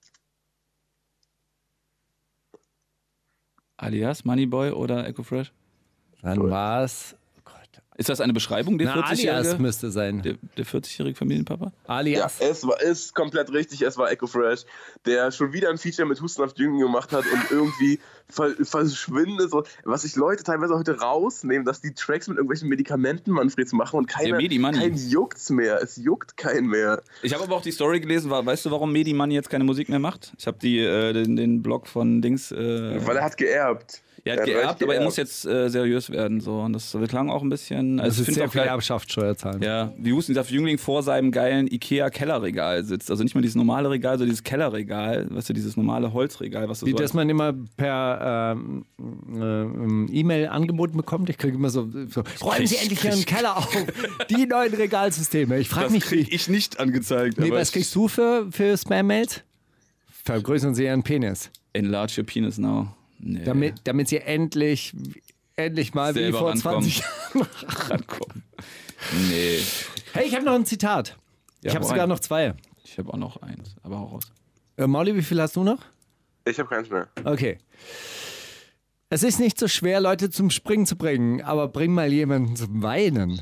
Alias Moneyboy oder Echo Fresh? Dann war's. Ist das eine Beschreibung, der 40-jährige? Alias müsste sein. Der 40-jährige Familienpapa? Alias. Ja, ist komplett richtig, es war Echo Fresh, der schon wieder ein Feature mit Hustenhaft Jüngling gemacht hat und irgendwie verschwindet. So, was sich Leute teilweise heute rausnehmen, dass die Tracks mit irgendwelchen Medikamenten Manfreds machen und keinen juckt's mehr. Es juckt keinen mehr. Ich habe aber auch die Story gelesen, weißt du, warum Medi Money jetzt keine Musik mehr macht? Ich habe den Blog von Dings... Weil er hat geerbt. Er hat geerbt, aber er muss jetzt seriös werden. So. Und das klang auch ein bisschen... Also es ist sehr viel Erbschaftssteuer zahlen. Ja, wie Hustensaft Jüngling vor seinem geilen Ikea-Kellerregal sitzt. Also nicht mal dieses normale Regal, sondern dieses Kellerregal. Weißt du, dieses normale Holzregal. Was du das man immer per E-Mail angeboten bekommt. Ich kriege immer so räumen Sie endlich Ihren Keller auf. Die neuen Regalsysteme. Ich frage mich, wie... Das kriege ich nicht angezeigt. Nee, was kriegst du für Spam-Mails? Vergrößern Sie Ihren Penis. Enlarge your penis now. Nee. Damit sie endlich mal selber wie vor rankommen. 20 Jahren rankommen. Nee. Hey, ich habe noch ein Zitat. Ja, ich habe sogar noch 2. Ich habe auch noch eins, aber auch raus. Mauli, wie viel hast du noch? Ich habe keins mehr. Okay. Es ist nicht so schwer, Leute zum Springen zu bringen, aber bring mal jemanden zum Weinen.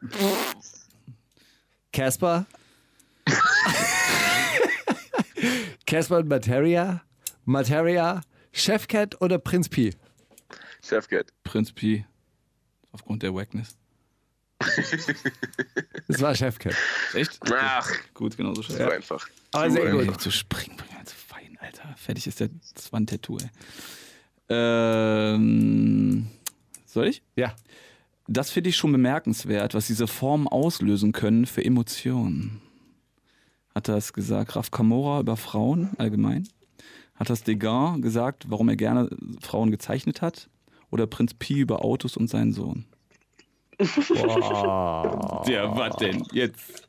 Casper? Casper und Materia? Chefcat oder Prinz Pi? Chefcat. Prinz Pi. Aufgrund der Wackness. Das war Chefcat. Echt? Ach. Gut, genau so. Das war einfach. Aber sehr gut. Zu springen, zu fein, Alter. Fertig ist das war ein Tattoo, ey. Soll ich? Ja. Das finde ich schon bemerkenswert, was diese Formen auslösen können für Emotionen. Hat das gesagt Raf Kamora über Frauen allgemein? Hat das Degas gesagt, warum er gerne Frauen gezeichnet hat? Oder Prinz Pi über Autos und seinen Sohn? Boah. Ja, was denn? Jetzt.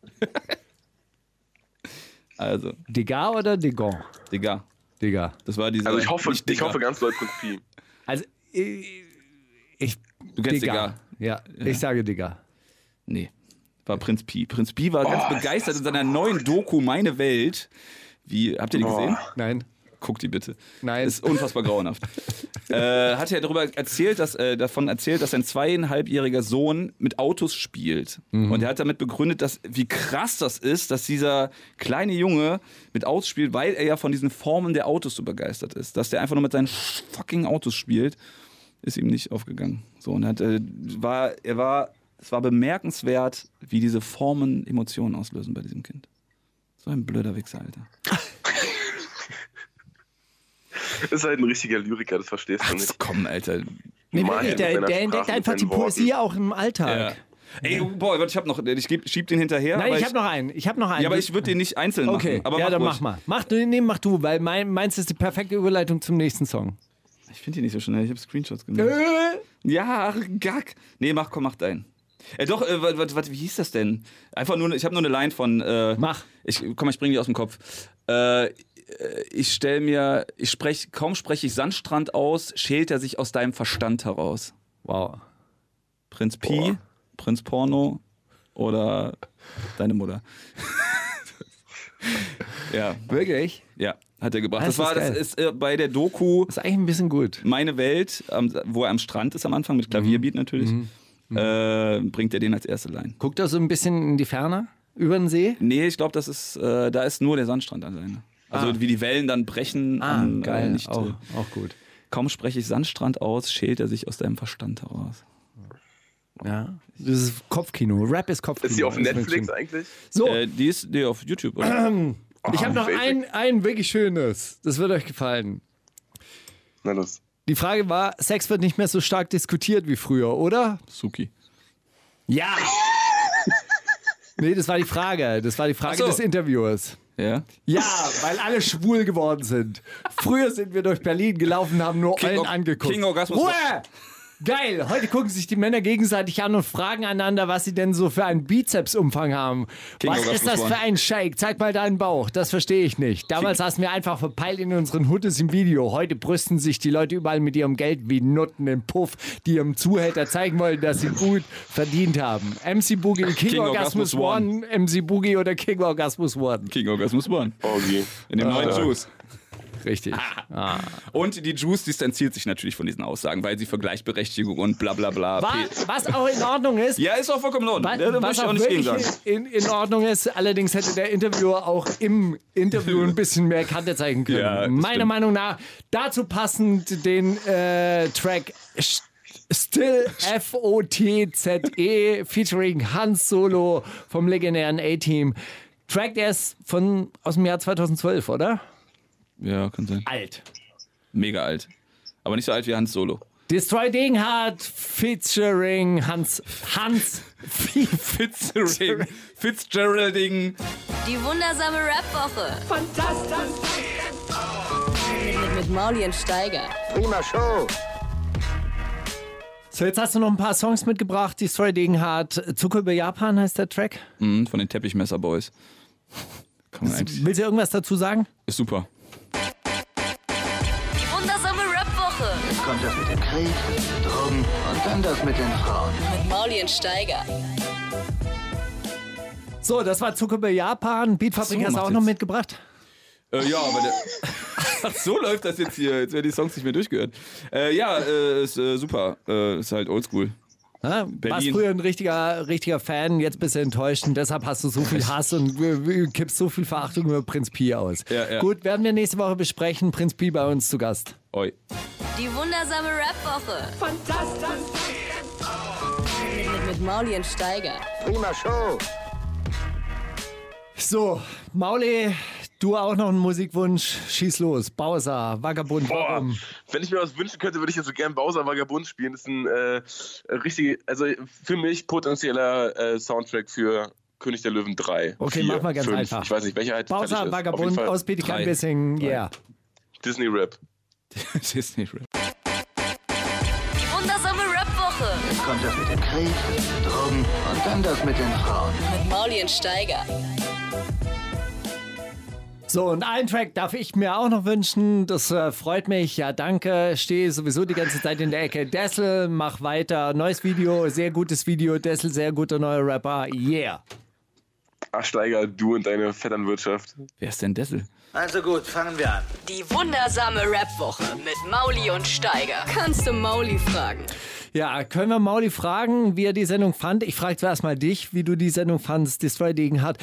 Also. Degas oder Degas? Degas. Das war dieser. Also ich hoffe ganz doll Prinz Pi. Also du kennst Degas? Ja, ich sage Degas. Nee, war Prinz Pi. Prinz Pi war ganz begeistert in seiner neuen Doku Meine Welt. Habt ihr die gesehen? Nein. Guck die bitte. Nein. Ist unfassbar grauenhaft. Hat ja davon erzählt, dass sein 2,5-jähriger Sohn mit Autos spielt. Und er hat damit begründet, wie krass das ist, dass dieser kleine Junge mit Autos spielt, weil er ja von diesen Formen der Autos so begeistert ist. Dass der einfach nur mit seinen fucking Autos spielt, ist ihm nicht aufgegangen. So, und es war bemerkenswert, wie diese Formen Emotionen auslösen bei diesem Kind. So ein blöder Wichser, Alter. Das ist halt ein richtiger Lyriker, das verstehst du nicht. Komm, Alter. Nee, wirklich, der entdeckt einfach die Poesie auch im Alltag. Ja. Ey, boah, ich hab noch, ich schieb den hinterher. Nein, ich hab noch einen. Ja, aber ich würde den nicht einzeln machen. Aber ja, dann mach mal. Mach du, weil meins ist die perfekte Überleitung zum nächsten Song. Ich finde die nicht so schnell, ich habe Screenshots gemacht. Ja, gack. Nee, mach deinen. Doch, wie hieß das denn? Einfach nur, ich habe nur eine Line von... Mach. Ich bring die aus dem Kopf. Kaum spreche ich Sandstrand aus, schält er sich aus deinem Verstand heraus. Wow. Prinz Pi, Prinz Porno oder deine Mutter. Ja. Wirklich? Ja, hat er gebracht. Das ist bei der Doku... Das ist eigentlich ein bisschen gut. Meine Welt, wo er am Strand ist am Anfang, mit Klavierbeat natürlich, bringt er den als erste Line. Guckt er so ein bisschen in die Ferne? Über den See? Nee, ich glaube, da ist nur der Sandstrand alleine. Also wie die Wellen dann brechen. Geil, auch gut. Kaum spreche ich Sandstrand aus, schält er sich aus deinem Verstand heraus. Ja, das ist Kopfkino. Rap ist Kopfkino. Ist die auf Netflix eigentlich? So. Die ist auf YouTube, oder? Ich habe noch ein wirklich schönes. Das wird euch gefallen. Na los. Die Frage war, Sex wird nicht mehr so stark diskutiert wie früher, oder? Suki. Ja! Nee, das war die Frage. Das war die Frage des Interviewers. Ja? Ja, weil alle schwul geworden sind. Früher sind wir durch Berlin gelaufen, haben nur Eulen angeguckt. King Orgasmus. Ruhe! Geil, heute gucken sich die Männer gegenseitig an und fragen einander, was sie denn so für einen Bizepsumfang haben. Was ist das für ein Shake? Zeig mal deinen Bauch, das verstehe ich nicht. Damals hast du mir einfach verpeilt in unseren Hoodies im Video. Heute brüsten sich die Leute überall mit ihrem Geld wie Nutten im Puff, die ihrem Zuhälter zeigen wollen, dass sie gut verdient haben. MC Boogie, King Orgasmus One, MC Boogie oder King Orgasmus One? King Orgasmus One. Okay. In dem neuen Juice. Richtig. Und die Juice distanziert sich natürlich von diesen Aussagen, weil sie für Gleichberechtigung und bla bla bla. Was auch in Ordnung ist. Ja, ist auch vollkommen in Ordnung. Da was ich auch nicht wirklich gegen in Ordnung ist, allerdings hätte der Interviewer auch im Interview ein bisschen mehr Kante zeigen können. Ja, Meiner Meinung nach dazu passend den Track Still F-O-T-Z-E featuring Hans Solo vom legendären A-Team. Track, der ist aus dem Jahr 2012, oder? Ja, kann sein. Alt. Mega alt. Aber nicht so alt wie Hans Solo. Destroy Degenhardt featuring Hans Fitzgeralding. Die wundersame Rap-Woche. Fantastisch. Mit Mauli und Steiger. Prima Show. So, jetzt hast du noch ein paar Songs mitgebracht. Destroy Degenhardt. Zucker über Japan heißt der Track. Von den Teppichmesser Boys. Kann man eigentlich. Willst du irgendwas dazu sagen? Ist super. Kommt das mit dem Krieg, Drogen und dann das mit den Frauen. Mit Mauli und Steiger. So, das war Zucker bei Japan. Beatfabrik hast du auch noch mitgebracht? Ja, aber so läuft das jetzt hier. Jetzt werden die Songs nicht mehr durchgehört. Ist super. Ist halt oldschool. Ja, warst früher ein richtiger Fan, jetzt bist du enttäuscht und deshalb hast du so viel Hass und kippst so viel Verachtung über Prinz Pi aus. Ja. Gut, werden wir nächste Woche besprechen. Prinz Pi bei uns zu Gast. Oi. Die wundersame Rap-Woche. Fantastisch. Mit Mauli und Steiger. Prima Show. So, Mauli, du auch noch einen Musikwunsch? Schieß los. Bowser, Vagabund, warum? Wenn ich mir was wünschen könnte, würde ich jetzt so gern Bowser Vagabund spielen. Das ist ein für mich potenzieller Soundtrack für König der Löwen 3. Okay, 4, mach mal ganz 5. einfach. Ich weiß nicht, welcher halt Bowser, Vagabund aus Bietigheim Bissing, yeah. Disney Rap. Disney Rap. Die wundersame Rap-Woche. Kommt das mit dem Krieg, Drogen und dann das mit den Frauen. Mit Mauli und Steiger. So, und einen Track darf ich mir auch noch wünschen. Das freut mich. Ja, danke. Stehe sowieso die ganze Zeit in der Ecke. Dessel, mach weiter. Neues Video, sehr gutes Video. Dessel, sehr guter neuer Rapper. Yeah. Ach, Steiger, du und deine Vetternwirtschaft. Wer ist denn Dessel? Also gut, fangen wir an. Die wundersame Rap-Woche mit Mauli und Steiger. Kannst du Mauli fragen? Ja, können wir Mauli fragen, wie er die Sendung fand? Ich frage zuerst mal dich, wie du die Sendung fandst, Destroy Degenhardt.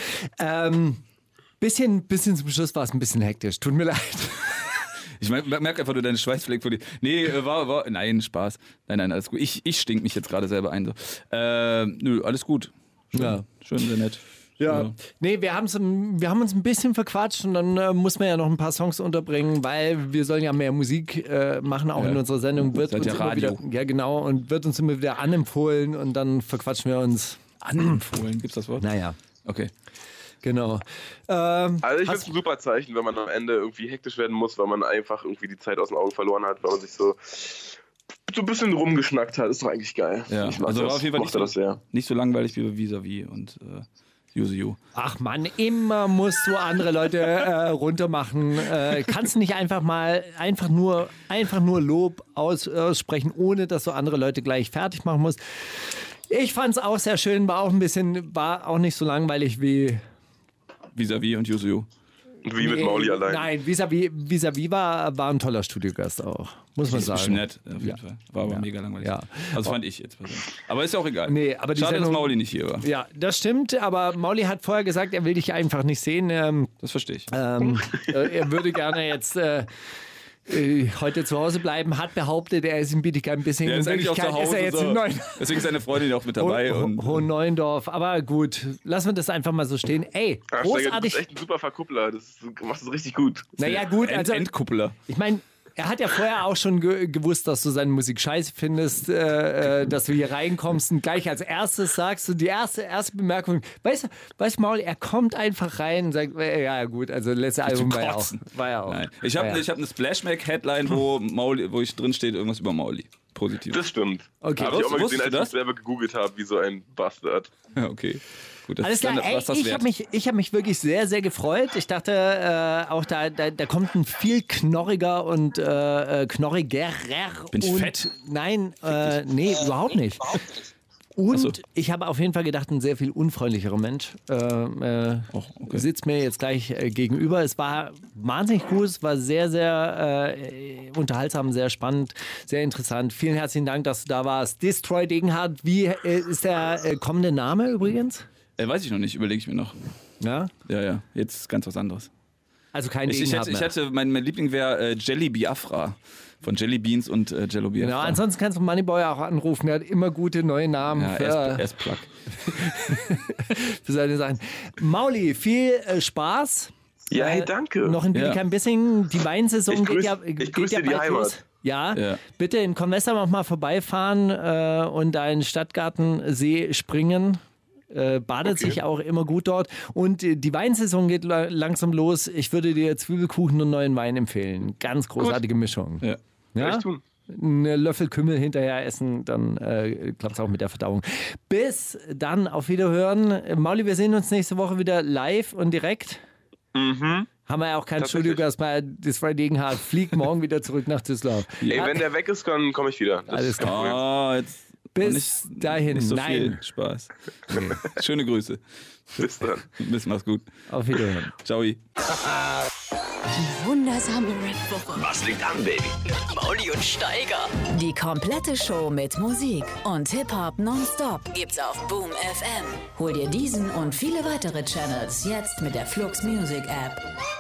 Bisschen zum Schluss war es ein bisschen hektisch. Tut mir leid. Ich merke einfach nur deine Schweißflecken vor dir. Nee, nein, Spaß. Nein, alles gut. Ich stink mich jetzt gerade selber ein. So. Nö, alles gut. Schön, ja. Schön, sehr nett. Ja. Nee, wir haben uns ein bisschen verquatscht und dann muss man ja noch ein paar Songs unterbringen, weil wir sollen ja mehr Musik machen, auch in unserer Sendung. Wird uns immer wieder, ja genau, und wird uns immer wieder anempfohlen und dann verquatschen wir uns. Anempfohlen, gibt's das Wort? Naja. Okay. Genau. Also ich finde es ein super Zeichen, wenn man am Ende irgendwie hektisch werden muss, weil man einfach irgendwie die Zeit aus den Augen verloren hat, weil man sich so ein bisschen rumgeschnackt hat. Ist doch eigentlich geil. Ja, also war auf jeden Fall nicht so langweilig wie Vis-a-vis und You. Ach Mann, immer musst du andere Leute runtermachen. Kannst du nicht einfach nur Lob aussprechen, ohne dass du andere Leute gleich fertig machen musst. Ich fand es auch sehr schön, war auch nicht so langweilig wie Vis-a-vis und You. Wie mit Mauli allein. Nein, Vis-a-vis war ein toller Studiogast auch, muss man sagen. Ist nett, auf jeden Fall. War aber mega langweilig. Ja. Also fand ich jetzt persönlich. Aber ist ja auch egal. Nee, aber schade, dass Mauli nicht hier war. Ja, das stimmt, aber Mauli hat vorher gesagt, er will dich einfach nicht sehen. Das verstehe ich. Er würde gerne jetzt heute zu Hause bleiben, hat behauptet, er ist in Bietigheim-Bissingen. Ja, ist eigentlich auch zu Hause. Deswegen ist seine Freundin auch mit dabei. Hohenneuendorf. Aber gut, lassen wir das einfach mal so stehen. Ey, großartig. Du bist echt ein super Verkuppler. Du machst das richtig gut. Naja, gut. Also, Endkuppler. Ich meine, er hat ja vorher auch schon gewusst, dass du seine Musik scheiße findest, dass du hier reinkommst und gleich als erstes sagst du die erste Bemerkung. Weißt du, Maul, er kommt einfach rein und sagt, ja gut, also letzte Album war ja auch. Nein. Ich hab eine Splashback-Headline, wo ich drin steht, irgendwas über Mauli. Positiv. Das stimmt. Okay. Habe ich auch mal gesehen, als ich selber gegoogelt habe, wie so ein Bastard. Okay. Gut, das alles klar, ich hab mich wirklich sehr, sehr gefreut. Ich dachte auch, da kommt ein viel knorriger und knorrigerer. Bin ich fett? Nein, nee, überhaupt nicht. Und ich habe auf jeden Fall gedacht, ein sehr viel unfreundlicherer Mensch sitzt mir jetzt gleich gegenüber. Es war wahnsinnig gut, es war sehr, sehr unterhaltsam, sehr spannend, sehr interessant. Vielen herzlichen Dank, dass du da warst. Destroy Degenhardt, wie ist der kommende Name übrigens? Weiß ich noch nicht, überlege ich mir noch. Ja? Ja, jetzt ganz was anderes. Also kein Degenhardt mehr. Ich hätte, mein Liebling wäre Jelly Biafra. Von Jelly Beans und Jello Biafra. Genau, ansonsten kannst du Moneyboy auch anrufen. Er hat immer gute neue Namen für S-Plug. für seine Sachen. Mauli, viel Spaß. Ja, hey, danke. Noch in Bietigheim-Bissingen. Die Weinsaison geht ja bald los. Ja, bitte in Convestam auch mal vorbeifahren und da in Stadtgartensee springen. Badet sich auch immer gut dort. Und die Weinsaison geht langsam los. Ich würde dir Zwiebelkuchen und neuen Wein empfehlen. Ganz großartige Mischung. Ja. Ja? Einen Löffel Kümmel hinterher essen, dann klappt es auch mit der Verdauung. Bis dann, auf Wiederhören. Mauli, wir sehen uns nächste Woche wieder live und direkt. Mhm. Haben wir ja auch keinen Studiogast bei Destroy Degenhardt. Fliegt morgen wieder zurück nach Düsseldorf. Ey, wenn der weg ist, dann komme ich wieder. Alles klar. Bis dahin. Nicht so viel Spaß. Nee. Schöne Grüße. Bis dann. Mach's gut. Auf Wiederhören. Ciao. Die wundersame Rap-Woche. Was liegt an, Baby? Mit Mauli und Steiger. Die komplette Show mit Musik und Hip-Hop nonstop gibt's auf Boom FM. Hol dir diesen und viele weitere Channels jetzt mit der Flux Music App.